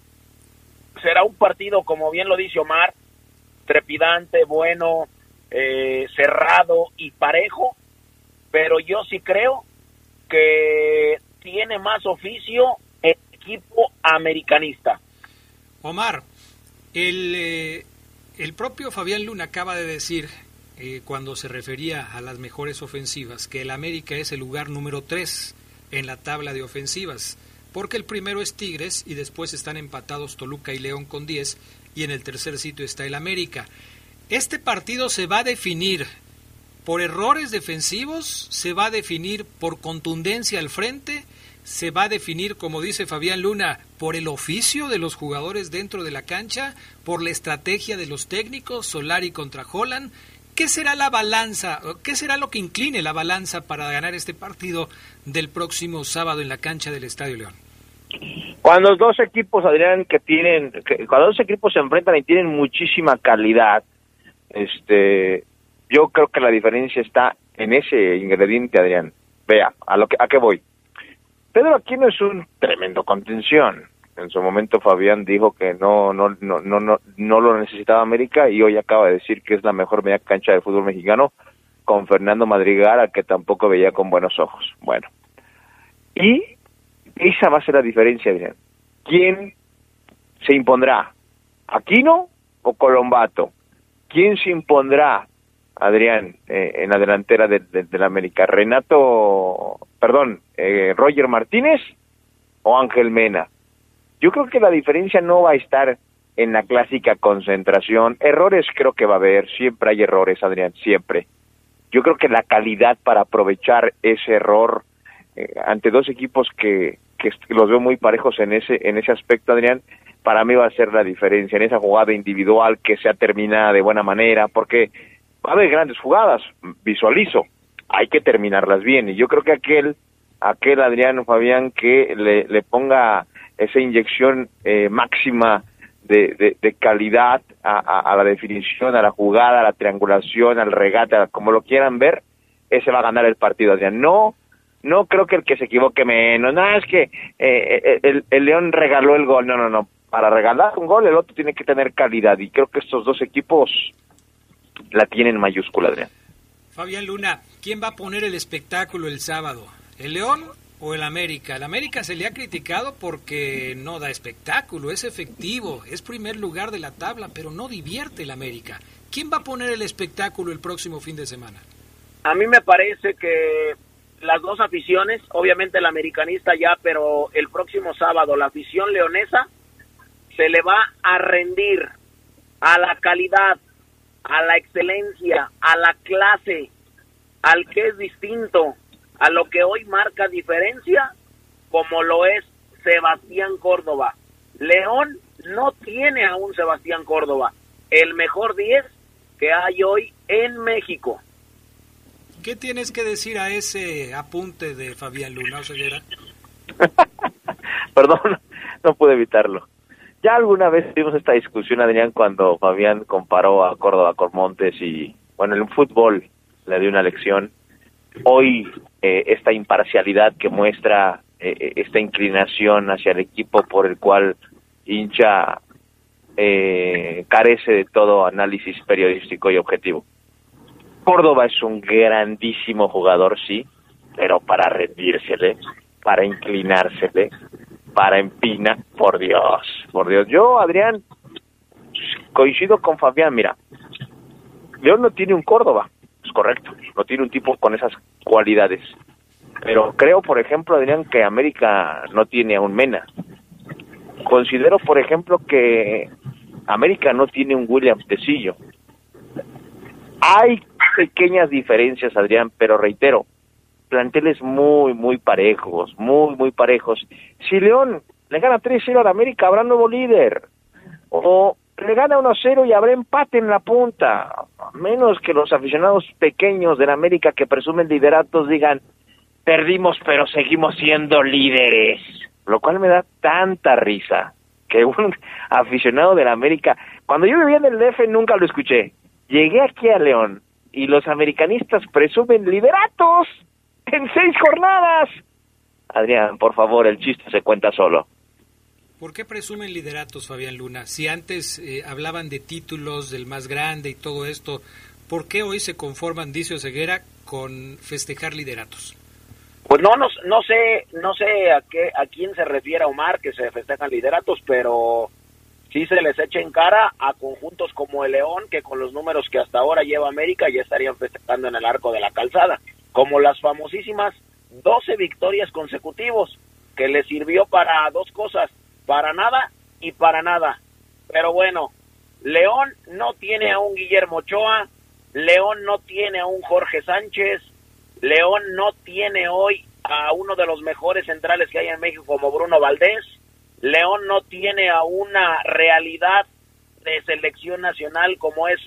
será un partido, como bien lo dice Omar, trepidante, bueno, eh, cerrado y parejo, pero yo sí creo que tiene más oficio el equipo americanista. Omar, el, eh, el propio Fabián Luna acaba de decir, eh, cuando se refería a las mejores ofensivas, que el América es el lugar número tres en la tabla de ofensivas, porque el primero es Tigres y después están empatados Toluca y León con diez y en el tercer sitio está el América. Este partido se va a definir por errores defensivos, se va a definir por contundencia al frente, se va a definir, como dice Fabián Luna, por el oficio de los jugadores dentro de la cancha, por la estrategia de los técnicos, Solari contra Holland. ¿Qué será la balanza? ¿Qué será lo que incline la balanza para ganar este partido del próximo sábado en la cancha del Estadio León? Cuando los dos equipos, Adrián, que tienen, que, cuando los dos equipos se enfrentan y tienen muchísima calidad, este, yo creo que la diferencia está en ese ingrediente, Adrián. Vea, a lo que, a qué voy. Pedro Aquino es un tremendo contención. En su momento Fabián dijo que no, no, no, no, no, no lo necesitaba América, y hoy acaba de decir que es la mejor media cancha del fútbol mexicano, con Fernando Madrigal, al que tampoco veía con buenos ojos. Bueno, y esa va a ser la diferencia, Adrián. ¿Quién se impondrá? ¿Aquino o Colombato? ¿Quién se impondrá, Adrián, eh, en la delantera de, de, de la América? ¿Renato, perdón, eh, Roger Martínez o Ángel Mena? Yo creo que la diferencia no va a estar en la clásica concentración. Errores creo que va a haber, siempre hay errores, Adrián, siempre. Yo creo que la calidad para aprovechar ese error eh, ante dos equipos que, que los veo muy parejos en ese en ese aspecto, Adrián, para mí va a ser la diferencia en esa jugada individual que sea terminada de buena manera, porque va a haber grandes jugadas, visualizo, hay que terminarlas bien, y yo creo que aquel, aquel Adrián, Fabián, que le, le ponga esa inyección eh, máxima de, de, de calidad a, a, a la definición, a la jugada, a la triangulación, al regate, a, como lo quieran ver, ese va a ganar el partido, Adrián. No, no creo que el que se equivoque menos, no, es que eh, el, el León regaló el gol, no, no, no, para regalar un gol el otro tiene que tener calidad, y creo que estos dos equipos la tienen mayúscula, Adrián. Fabián Luna, ¿quién va a poner el espectáculo el sábado? ¿El León o el América? El América se le ha criticado porque no da espectáculo, es efectivo, es primer lugar de la tabla, pero no divierte el América. ¿Quién va a poner el espectáculo el próximo fin de semana? A mí me parece que las dos aficiones, obviamente el americanista ya, pero el próximo sábado la afición leonesa se le va a rendir a la calidad, a la excelencia, a la clase, al que es distinto, a lo que hoy marca diferencia, como lo es Sebastián Córdoba. León no tiene a un Sebastián Córdoba, el mejor diez que hay hoy en México. ¿Qué tienes que decir a ese apunte de Fabián Luna, Oseguera? Perdón, no pude evitarlo. Ya alguna vez tuvimos esta discusión, Adrián, cuando Fabián comparó a Córdoba con Montes y, bueno, en el fútbol le dio una lección. Hoy eh, esta imparcialidad que muestra, eh, esta inclinación hacia el equipo por el cual hincha, eh, carece de todo análisis periodístico y objetivo. Córdoba es un grandísimo jugador, sí, pero para rendírsele, para inclinársele, para empinar, por Dios, por Dios. Yo, Adrián, coincido con Fabián, mira, León no tiene un Córdoba, es correcto, no tiene un tipo con esas cualidades, pero creo, por ejemplo, Adrián, que América no tiene a un Mena. Considero, por ejemplo, que América no tiene un William Tecillo. Hay pequeñas diferencias, Adrián, pero reitero, planteles muy, muy parejos, muy, muy parejos. Si León le gana tres cero a América, habrá nuevo líder. O le gana uno cero y habrá empate en la punta. A menos que los aficionados pequeños de la América que presumen lideratos digan, perdimos pero seguimos siendo líderes. Lo cual me da tanta risa que un aficionado de la América, cuando yo vivía en el D F nunca lo escuché. Llegué aquí a León y los americanistas presumen lideratos en seis jornadas. Adrián, por favor, el chiste se cuenta solo. ¿Por qué presumen lideratos, Fabián Luna? Si antes eh, hablaban de títulos, del más grande y todo esto, ¿por qué hoy se conforman, dice Oseguera, con festejar lideratos? Pues no, no, no sé, no sé a qué, a quién se refiere Omar que se festejan lideratos, pero sí se les echa en cara a conjuntos como el León, que con los números que hasta ahora lleva América ya estarían festejando en el Arco de la Calzada, como las famosísimas doce victorias consecutivos, que les sirvió para dos cosas, para nada y para nada. Pero bueno, León no tiene a un Guillermo Ochoa, León no tiene a un Jorge Sánchez, León no tiene hoy a uno de los mejores centrales que hay en México como Bruno Valdés, León no tiene a una realidad de selección nacional como es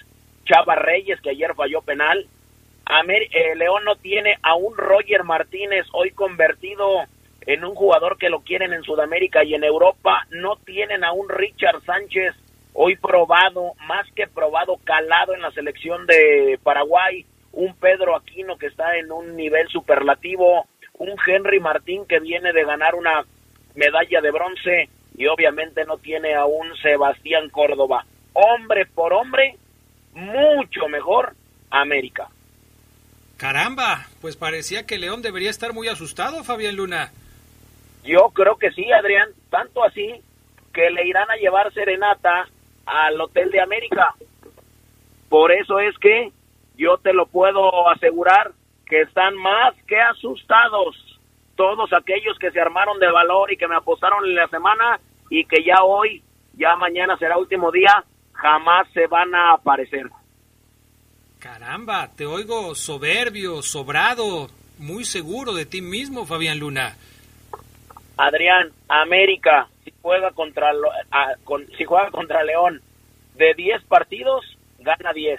Chava Reyes, que ayer falló penal. Amer- eh, León no tiene a un Roger Martínez, hoy convertido en un jugador que lo quieren en Sudamérica y en Europa. No tienen a un Richard Sánchez, hoy probado, más que probado, calado en la selección de Paraguay. Un Pedro Aquino que está en un nivel superlativo. Un Henry Martín que viene de ganar una medalla de bronce. Y obviamente no tiene a un Sebastián Córdoba. Hombre por hombre, mucho mejor América. Caramba, pues parecía que León debería estar muy asustado, Fabián Luna. Yo creo que sí, Adrián, tanto así que le irán a llevar serenata al Hotel de América. Por eso es que yo te lo puedo asegurar que están más que asustados todos aquellos que se armaron de valor y que me apostaron en la semana y que ya hoy, ya mañana será último día, jamás se van a aparecer. Caramba, te oigo soberbio, sobrado, muy seguro de ti mismo, Fabián Luna. Adrián, América, si juega contra a, con, si juega contra León, de diez partidos, gana diez.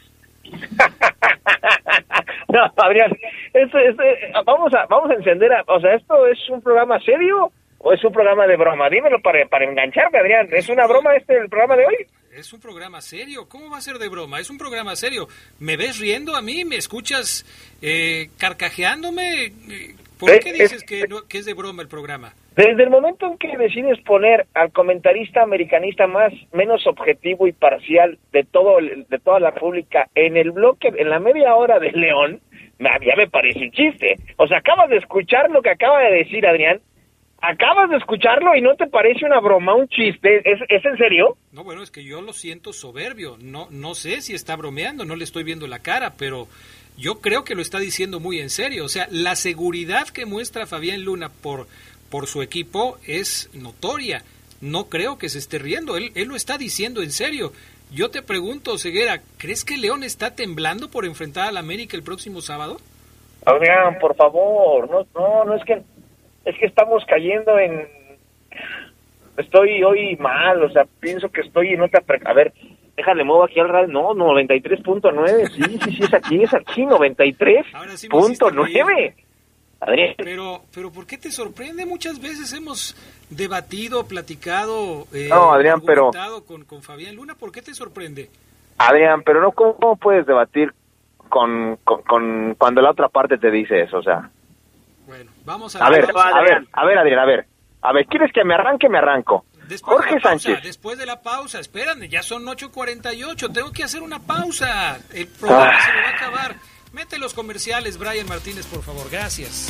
No, Adrián, eso, eso, vamos a vamos a encender, a, o sea, ¿esto es un programa serio o es un programa de broma? Dímelo para, para engancharme, Adrián. ¿Es una broma este el programa de hoy? Es un programa serio. ¿Cómo va a ser de broma? Es un programa serio. ¿Me ves riendo a mí? ¿Me escuchas eh, carcajeándome? ¿Por qué dices que, no, que es de broma el programa? Desde el momento en que decides poner al comentarista americanista más menos objetivo y parcial de todo de toda la República en el bloque, en la media hora de León, ya me parece un chiste. O sea, acabas de escuchar lo que acaba de decir Adrián. Acabas de escucharlo y no te parece una broma, un chiste. ¿Es, es en serio? No, bueno, es que yo lo siento soberbio. No, no sé si está bromeando, no le estoy viendo la cara, pero yo creo que lo está diciendo muy en serio. O sea, la seguridad que muestra Fabián Luna por, por su equipo es notoria. No creo que se esté riendo, él, él lo está diciendo en serio. Yo te pregunto, Ceguera, ¿crees que León está temblando por enfrentar al América el próximo sábado? Adrián, por favor, no, no, no es que... Es que estamos cayendo en... Estoy hoy mal, o sea, pienso que estoy en otra... Pre... A ver, déjale, muevo aquí al radio. No, noventa y tres punto nueve, sí, sí, sí, es aquí, es aquí, noventa y tres punto nueve. Adrián. Pero, pero, ¿por qué te sorprende? Muchas veces hemos debatido, platicado, eh, no, Adrián, pero... con, con Fabián Luna. ¿Por qué te sorprende? Adrián, pero no, ¿cómo, cómo puedes debatir con, con, con cuando la otra parte te dice eso? O sea... Bueno, vamos a, a ver, a ver, a ver, Adrián, a ver. A ver, ¿quieres que me arranque? Me arranco. Después Jorge de la pausa, Sánchez. Después de la pausa, espérame, ya son ocho cuarenta y ocho, tengo que hacer una pausa. El programa ah. se me va a acabar. Mete los comerciales, Brian Martínez, por favor, gracias.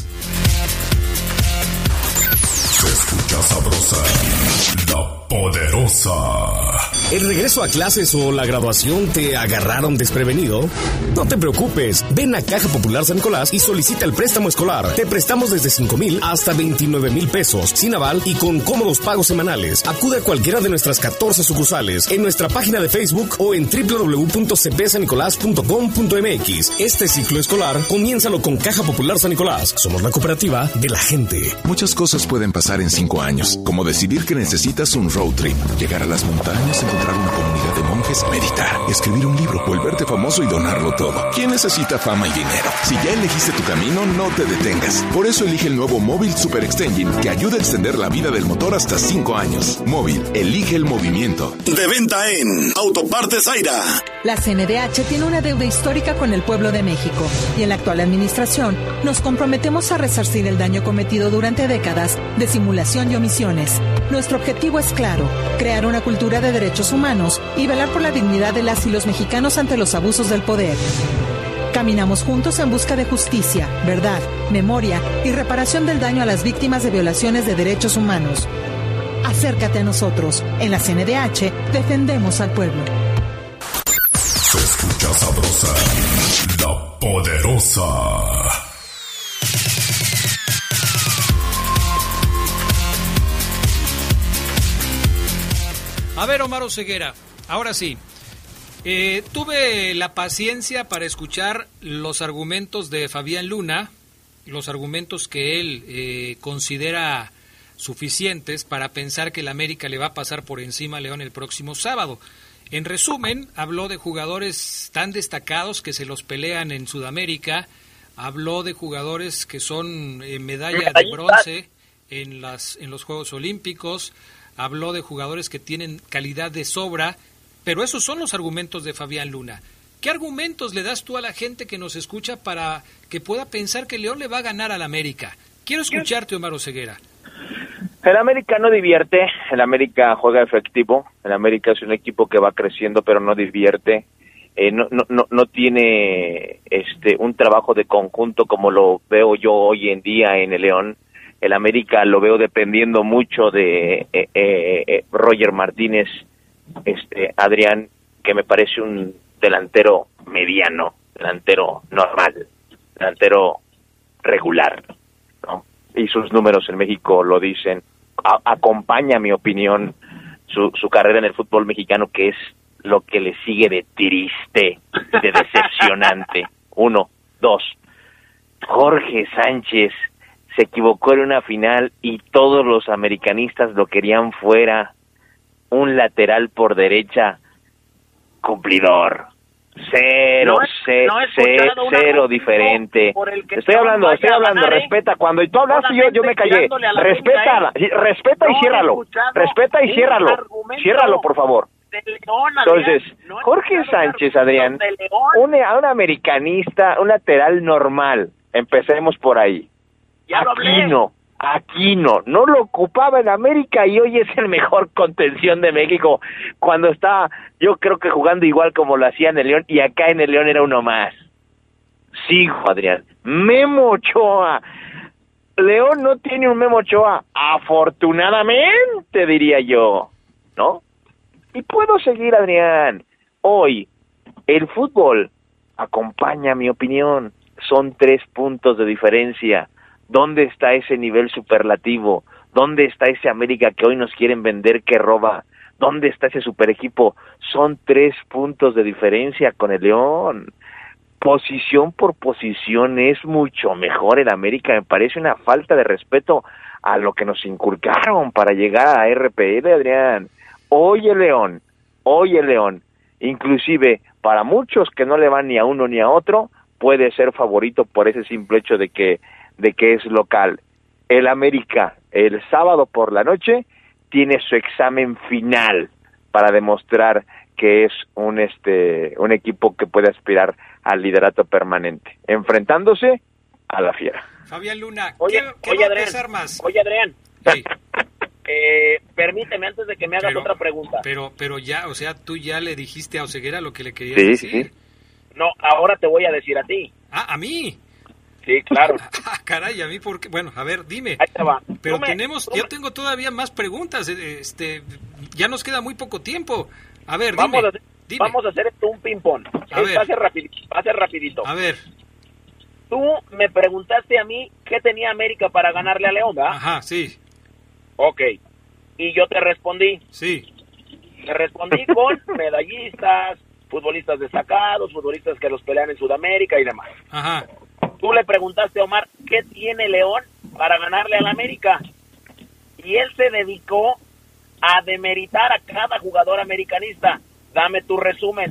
Se escucha sabrosa, la poderosa. ¿El regreso a clases o la graduación te agarraron desprevenido? No te preocupes, ven a Caja Popular San Nicolás y solicita el préstamo escolar. Te prestamos desde cinco mil hasta veintinueve mil pesos, sin aval y con cómodos pagos semanales. Acude a cualquiera de nuestras catorce sucursales, en nuestra página de Facebook o en doble u doble u doble u punto c p san nicolás punto com punto m x. Este ciclo escolar, comiénzalo con Caja Popular San Nicolás. Somos la cooperativa de la gente. Muchas cosas pueden pasar en cinco años, como decidir que necesitas un road trip, llegar a las montañas, encontrar una comunidad de monjes, meditar, escribir un libro, volverte famoso y donarlo todo. ¿Quién necesita fama y dinero? Si ya elegiste tu camino, no te detengas. Por eso elige el nuevo Móvil Super Extension, que ayuda a extender la vida del motor hasta cinco años. Móvil, elige el movimiento. De venta en Autopartes Zaira. La C N D H tiene una deuda histórica con el pueblo de México y en la actual administración nos comprometemos a resarcir el daño cometido durante décadas de simulación y omisiones. Nuestro objetivo es claro, crear una cultura de derechos humanos y velar por la dignidad de las y los mexicanos ante los abusos del poder. Caminamos juntos en busca de justicia, verdad, memoria y reparación del daño a las víctimas de violaciones de derechos humanos. Acércate a nosotros. En la C N D H defendemos al pueblo. Se escucha sabrosa, la poderosa. A ver, Omar Oseguera, ahora sí. Eh, tuve la paciencia para escuchar los argumentos de Fabián Luna, los argumentos que él eh, considera suficientes para pensar que el América le va a pasar por encima a León el próximo sábado. En resumen, habló de jugadores tan destacados que se los pelean en Sudamérica, habló de jugadores que son eh, medalla de bronce en las en los Juegos Olímpicos, habló de jugadores que tienen calidad de sobra, pero esos son los argumentos de Fabián Luna. ¿Qué argumentos le das tú a la gente que nos escucha para que pueda pensar que León le va a ganar al América? Quiero escucharte, Omar Oseguera. El América no divierte, el América juega efectivo, el América es un equipo que va creciendo pero no divierte, eh, no, no, no, no tiene este un trabajo de conjunto como lo veo yo hoy en día en el León. El América lo veo dependiendo mucho de eh, eh, Roger Martínez, este Adrián, que me parece un delantero mediano, delantero normal, delantero regular, ¿no? Y sus números en México lo dicen. A- acompaña, mi opinión, su, su carrera en el fútbol mexicano, que es lo que le sigue de triste, de decepcionante. Uno, dos. Jorge Sánchez se equivocó en una final y todos los americanistas lo querían fuera. Un lateral por derecha, cumplidor. Cero, No he- ce- no he ce- escuchado una cero razón diferente. por el que Estoy León hablando, vaya estoy a hablando, ganar, ¿eh? respeta. Cuando tú hablaste, yo, yo me callé. Solamente tirándole a la Respeta, América, ¿eh? respeta y No he ciérralo. escuchado Respeta y un ciérralo. argumento Ciérralo, por favor. de León, Adrián. Entonces, No he Jorge escuchado Sánchez, argumentos Adrián, de León. un, un americanista, un lateral normal. Empecemos por ahí. Ya lo hablé. Aquino, Aquino, no lo ocupaba en América y hoy es el mejor contención de México cuando está, yo creo que jugando igual como lo hacía en el León, y acá en el León era uno más. Sigo, Adrián. Memo Ochoa. León no tiene un Memo Ochoa, afortunadamente, diría yo, ¿no? Y puedo seguir, Adrián. Hoy, el fútbol acompaña mi opinión. Son tres puntos de diferencia. ¿Dónde está ese nivel superlativo? ¿Dónde está ese América que hoy nos quieren vender que roba? ¿Dónde está ese super equipo? Son tres puntos de diferencia con el León. Posición por posición es mucho mejor el América. Me parece una falta de respeto a lo que nos inculcaron para llegar a R P L, Adrián. Hoy el León, hoy el León, inclusive para muchos que no le van ni a uno ni a otro, puede ser favorito por ese simple hecho de que de que es local. El América, el sábado por la noche, tiene su examen final para demostrar que es un este un equipo que puede aspirar al liderato permanente, enfrentándose a la Fiera. Fabián Luna, Oye, ¿qué, qué oye, va a Adrián, pesar más? Oye, Adrián. Sí. Eh, permíteme antes de que me hagas Pero- otra pregunta. Pero, pero ya, o sea, tú ya le dijiste a Oseguera lo que le querías Sí, decir. sí, sí. No, ahora te voy a decir a ti. Ah, a mí. Sí, claro. Ah, caray, a mí porque, bueno, a ver, dime. Ahí te va. Pero Tú me- tenemos, tú yo me- tengo todavía más preguntas, eh, este, ya nos queda muy poco tiempo. A ver, Vamos dime, a hacer, dime. vamos a hacer esto un ping-pong. A ver. Va a ser rapidito. Va a ser rapidito. A ver, Tú me preguntaste a mí qué tenía América para ganarle a León, ¿verdad? ajá, sí, Ok. Y yo te respondí. sí, Te respondí con medallistas, futbolistas destacados, futbolistas que los pelean en Sudamérica y demás. ajá. Tú le preguntaste a Omar qué tiene León para ganarle al América. Y él se dedicó a demeritar a cada jugador americanista. Dame tu resumen.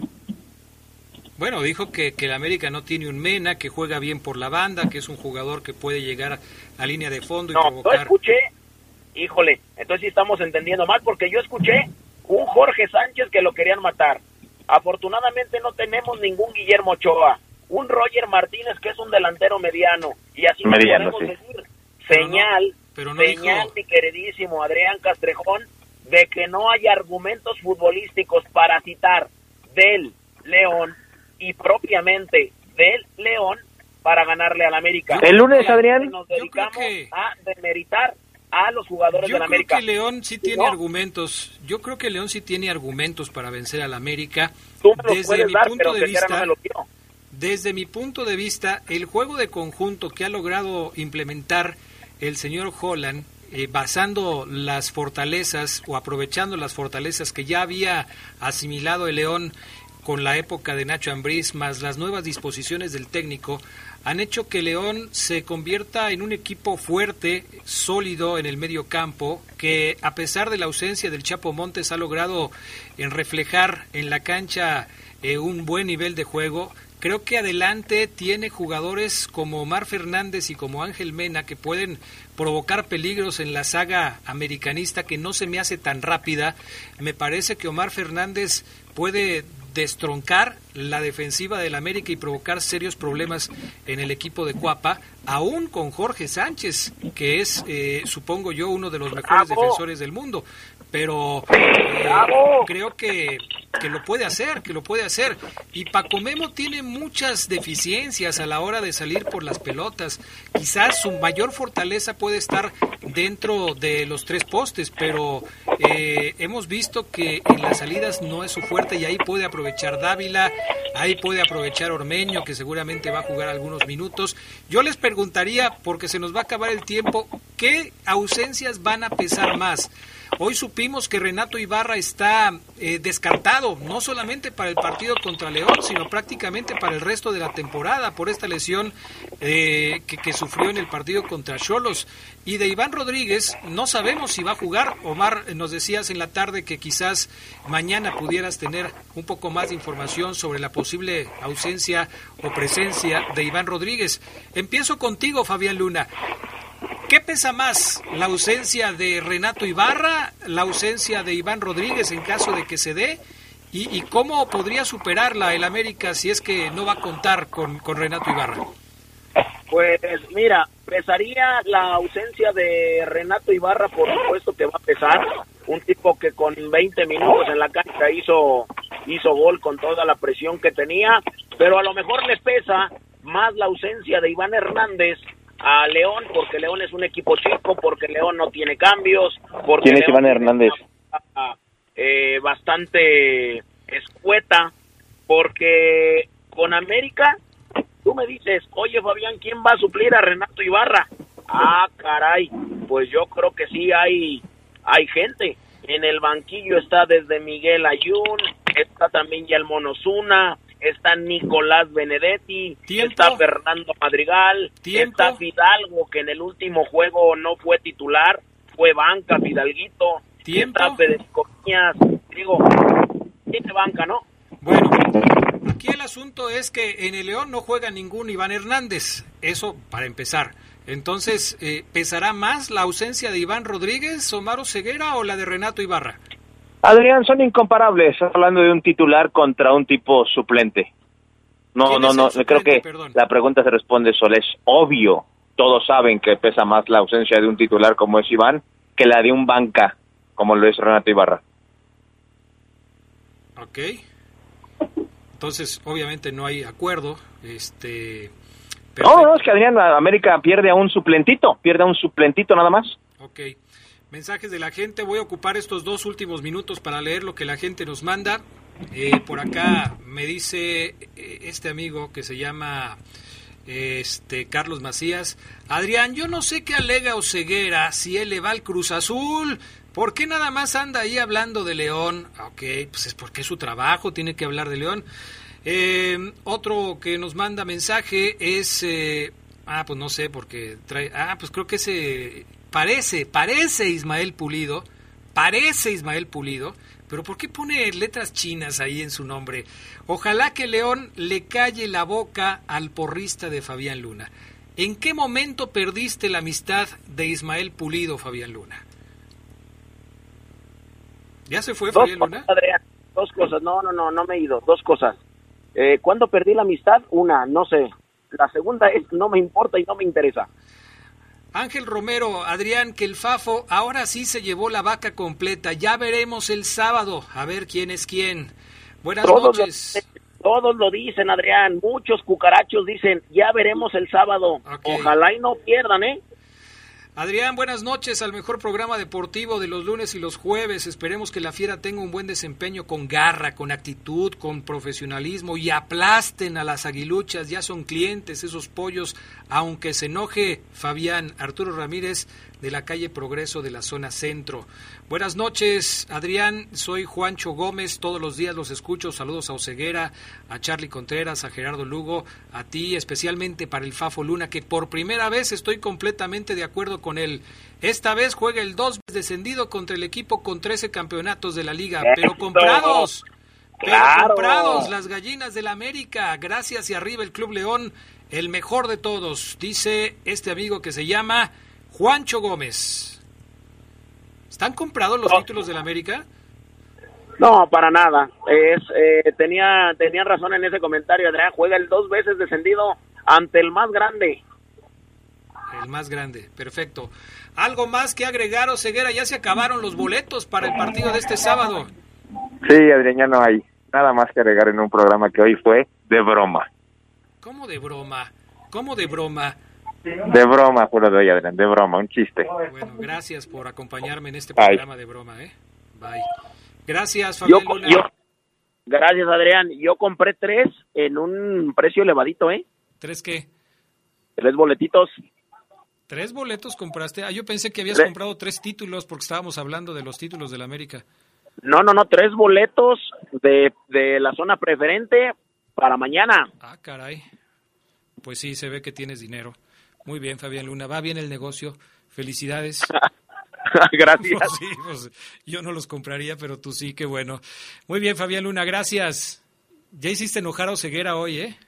Bueno, dijo que, que el América no tiene un Mena, que juega bien por la banda, que es un jugador que puede llegar a línea de fondo y No, yo provocar. escuché, híjole, entonces sí estamos entendiendo mal, porque yo escuché un Jorge Sánchez que lo querían matar. Afortunadamente no tenemos ningún Guillermo Ochoa, un Roger Martínez que es un delantero mediano, y así no Mediano, podemos sí. decir. Señal, pero no señal, dijo- mi queridísimo Adrián Castrejón, de que no hay argumentos futbolísticos para citar del León y propiamente del León para ganarle al América. El lunes, Adrián. Nos dedicamos a demeritar a los jugadores Yo del creo América. que León sí ¿Sí, tiene no? argumentos. Yo creo que León sí tiene argumentos para vencer al América. Tú me los Desde puedes mi dar, punto pero de Tejera vista, no me lo dio. desde mi punto de vista, el juego de conjunto que ha logrado implementar el señor Holland, eh, basando las fortalezas o aprovechando las fortalezas que ya había asimilado el León con la época de Nacho Ambriz, más las nuevas disposiciones del técnico, han hecho que León se convierta en un equipo fuerte, sólido en el medio campo, que a pesar de la ausencia del Chapo Montes ha logrado en reflejar en la cancha eh, un buen nivel de juego. Creo que adelante tiene jugadores como Omar Fernández y como Ángel Mena que pueden provocar peligros en la saga americanista, que no se me hace tan rápida. Me parece que Omar Fernández puede destroncar la defensiva del América y provocar serios problemas en el equipo de Cuapa, aún con Jorge Sánchez, que es, eh, supongo yo, uno de los mejores defensores del mundo. Pero eh, creo que, que lo puede hacer, que lo puede hacer. Y Paco Memo tiene muchas deficiencias a la hora de salir por las pelotas. Quizás su mayor fortaleza puede estar dentro de los tres postes, pero eh, hemos visto que en las salidas no es su fuerte, y ahí puede aprovechar Dávila, ahí puede aprovechar Ormeño, que seguramente va a jugar algunos minutos. Yo les preguntaría, porque se nos va a acabar el tiempo, ¿qué ausencias van a pesar más? Hoy supimos que Renato Ibarra está eh, descartado, no solamente para el partido contra León, sino prácticamente para el resto de la temporada por esta lesión eh, que, que sufrió en el partido contra Xolos. Y de Iván Rodríguez no sabemos si va a jugar. Omar, nos decías en la tarde que quizás mañana pudieras tener un poco más de información sobre la posible ausencia o presencia de Iván Rodríguez. Empiezo contigo, Fabián Luna. ¿Qué pesa más, la ausencia de Renato Ibarra, la ausencia de Iván Rodríguez en caso de que se dé? ¿Y, y cómo podría superarla el América si es que no va a contar con, con Renato Ibarra? Pues mira, pesaría la ausencia de Renato Ibarra, por supuesto que va a pesar. Un tipo que con veinte minutos en la cancha hizo, hizo gol con toda la presión que tenía, pero a lo mejor le pesa más la ausencia de Iván Hernández a León, porque León es un equipo chico, porque León no tiene cambios, porque ¿Quién es León Iván Hernández? Una, eh, bastante escueta, porque con América, tú me dices, oye Fabián, ¿quién va a suplir a Renato Ibarra? Ah, caray, pues yo creo que sí hay, hay gente. En el banquillo está desde Miguel Ayun, está también ya el Mono Zuna, está Nicolás Benedetti, ¿Tiempo? Está Fernando Madrigal, ¿Tiempo? Está Fidalgo, que en el último juego no fue titular, fue banca, Fidalguito, ¿Tiempo? Está Federico Piñas, digo, tiene banca, ¿no? Bueno, aquí el asunto es que en el León no juega ningún Iván Hernández, eso para empezar. Entonces, eh, ¿pesará más la ausencia de Iván Rodríguez, Omar Ceguera, o la de Renato Ibarra? Adrián, son incomparables. Estás hablando de un titular contra un tipo suplente. No, no, no. Suplente? Creo que Perdón. La pregunta se responde sola. Es obvio. Todos saben que pesa más la ausencia de un titular como es Iván que la de un banca como lo es Renato Ibarra. Ok. Entonces, obviamente no hay acuerdo. Este. Perfecto. No, no, es que Adrián, América pierde a un suplentito. Pierde a un suplentito nada más. Ok. Mensajes de la gente, voy a ocupar estos dos últimos minutos para leer lo que la gente nos manda. Eh, por acá me dice eh, este amigo que se llama eh, este Carlos Macías: Adrián, yo no sé qué alega Oseguera si él le va al Cruz Azul. ¿Por qué nada más anda ahí hablando de León? Ok, pues es porque es su trabajo, tiene que hablar de León. Eh, otro que nos manda mensaje es... Eh, ah, pues no sé, porque trae... Ah, pues creo que ese... Parece, parece Ismael Pulido, parece Ismael Pulido, pero ¿por qué pone letras chinas ahí en su nombre? Ojalá que León le calle la boca al porrista de Fabián Luna. ¿En qué momento perdiste la amistad de Ismael Pulido, Fabián Luna? ¿Ya se fue, dos Fabián cosas, Luna? Adrián, dos cosas, no, no, no, no me he ido, dos cosas. Eh, ¿Cuándo perdí la amistad? Una, no sé. La segunda es no me importa y no me interesa. Ángel Romero, Adrián, que el Fafo ahora sí se llevó la vaca completa. Ya veremos el sábado a ver quién es quién. Buenas todos noches. Lo, todos lo dicen, Adrián. Muchos cucarachos dicen, ya veremos el sábado. Okay. Ojalá y no pierdan, ¿eh? Adrián, buenas noches al mejor programa deportivo de los lunes y los jueves. Esperemos que la Fiera tenga un buen desempeño con garra, con actitud, con profesionalismo y aplasten a las aguiluchas. Ya son clientes esos pollos, aunque se enoje Fabián. Arturo Ramírez, de la calle Progreso de la zona centro. Buenas noches, Adrián, soy Juancho Gómez, todos los días los escucho, saludos a Oseguera, a Charlie Contreras, a Gerardo Lugo, a ti, especialmente para el Fafo Luna, que por primera vez estoy completamente de acuerdo con él. Esta vez juega el dos descendido contra el equipo con trece campeonatos de la liga, pero comprados, pero Claro. comprados, las gallinas del América, gracias y arriba el Club León, el mejor de todos, dice este amigo que se llama Juancho Gómez. ¿Están comprados los No. títulos del América? No, para nada. Es eh, tenía tenían razón en ese comentario, Adrián. Juega el dos veces descendido ante el más grande. El más grande, perfecto. ¿Algo más que agregar, Oseguera? Ya se acabaron los boletos para el partido de este sábado. Sí, Adrián, ya no hay nada más que agregar en un programa que hoy fue de broma. ¿Cómo de broma? ¿Cómo de broma? De broma, fue lo de hoy, Adrián, de broma, un chiste. Bueno, gracias por acompañarme en este Bye. programa de broma, ¿eh? Bye. Gracias, Yo, Fabián Luna. yo, gracias, Adrián. Yo compré tres en un precio elevadito, ¿eh? ¿Tres qué? Tres boletitos. ¿Tres boletos compraste? Ah, yo pensé que habías Tres. comprado tres títulos porque estábamos hablando de los títulos del América. No, no, no, tres boletos de, de la zona preferente para mañana. Ah, caray. Pues sí, se ve que tienes dinero. Muy bien, Fabián Luna. Va bien el negocio. Felicidades. Gracias. Pues sí, pues yo no los compraría, pero tú sí, qué bueno. Muy bien, Fabián Luna, gracias. Ya hiciste enojar a Oseguera hoy, ¿eh?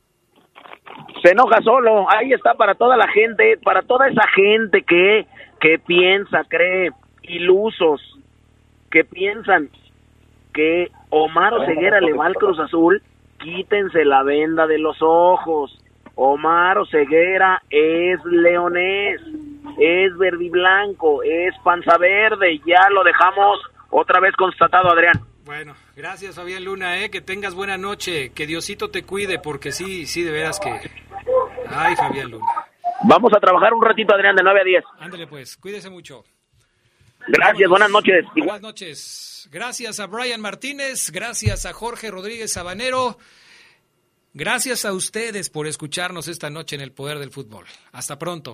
Se enoja solo. Ahí está para toda la gente, para toda esa gente que, que piensa, cree, ilusos, que piensan que Omar Oseguera le va al Cruz Azul. Quítense la venda de los ojos. Omar Oseguera es leonés, es verdiblanco, es panza verde. Ya lo dejamos otra vez constatado, Adrián. Bueno, gracias, Fabián Luna, ¿eh? Que tengas buena noche, que Diosito te cuide, porque sí, sí, de veras que... Ay, Fabián Luna. Vamos a trabajar un ratito, Adrián, de nueve a diez. Ándale pues, cuídese mucho. Gracias, buenas noches. Buenas noches. Gracias a Brian Martínez, gracias a Jorge Rodríguez Sabanero. Gracias a ustedes por escucharnos esta noche en El Poder del Fútbol. Hasta pronto.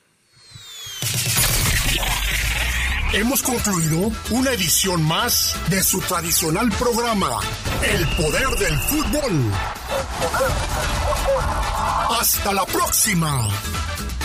Hemos concluido una edición más de su tradicional programa, El Poder del Fútbol. Hasta la próxima.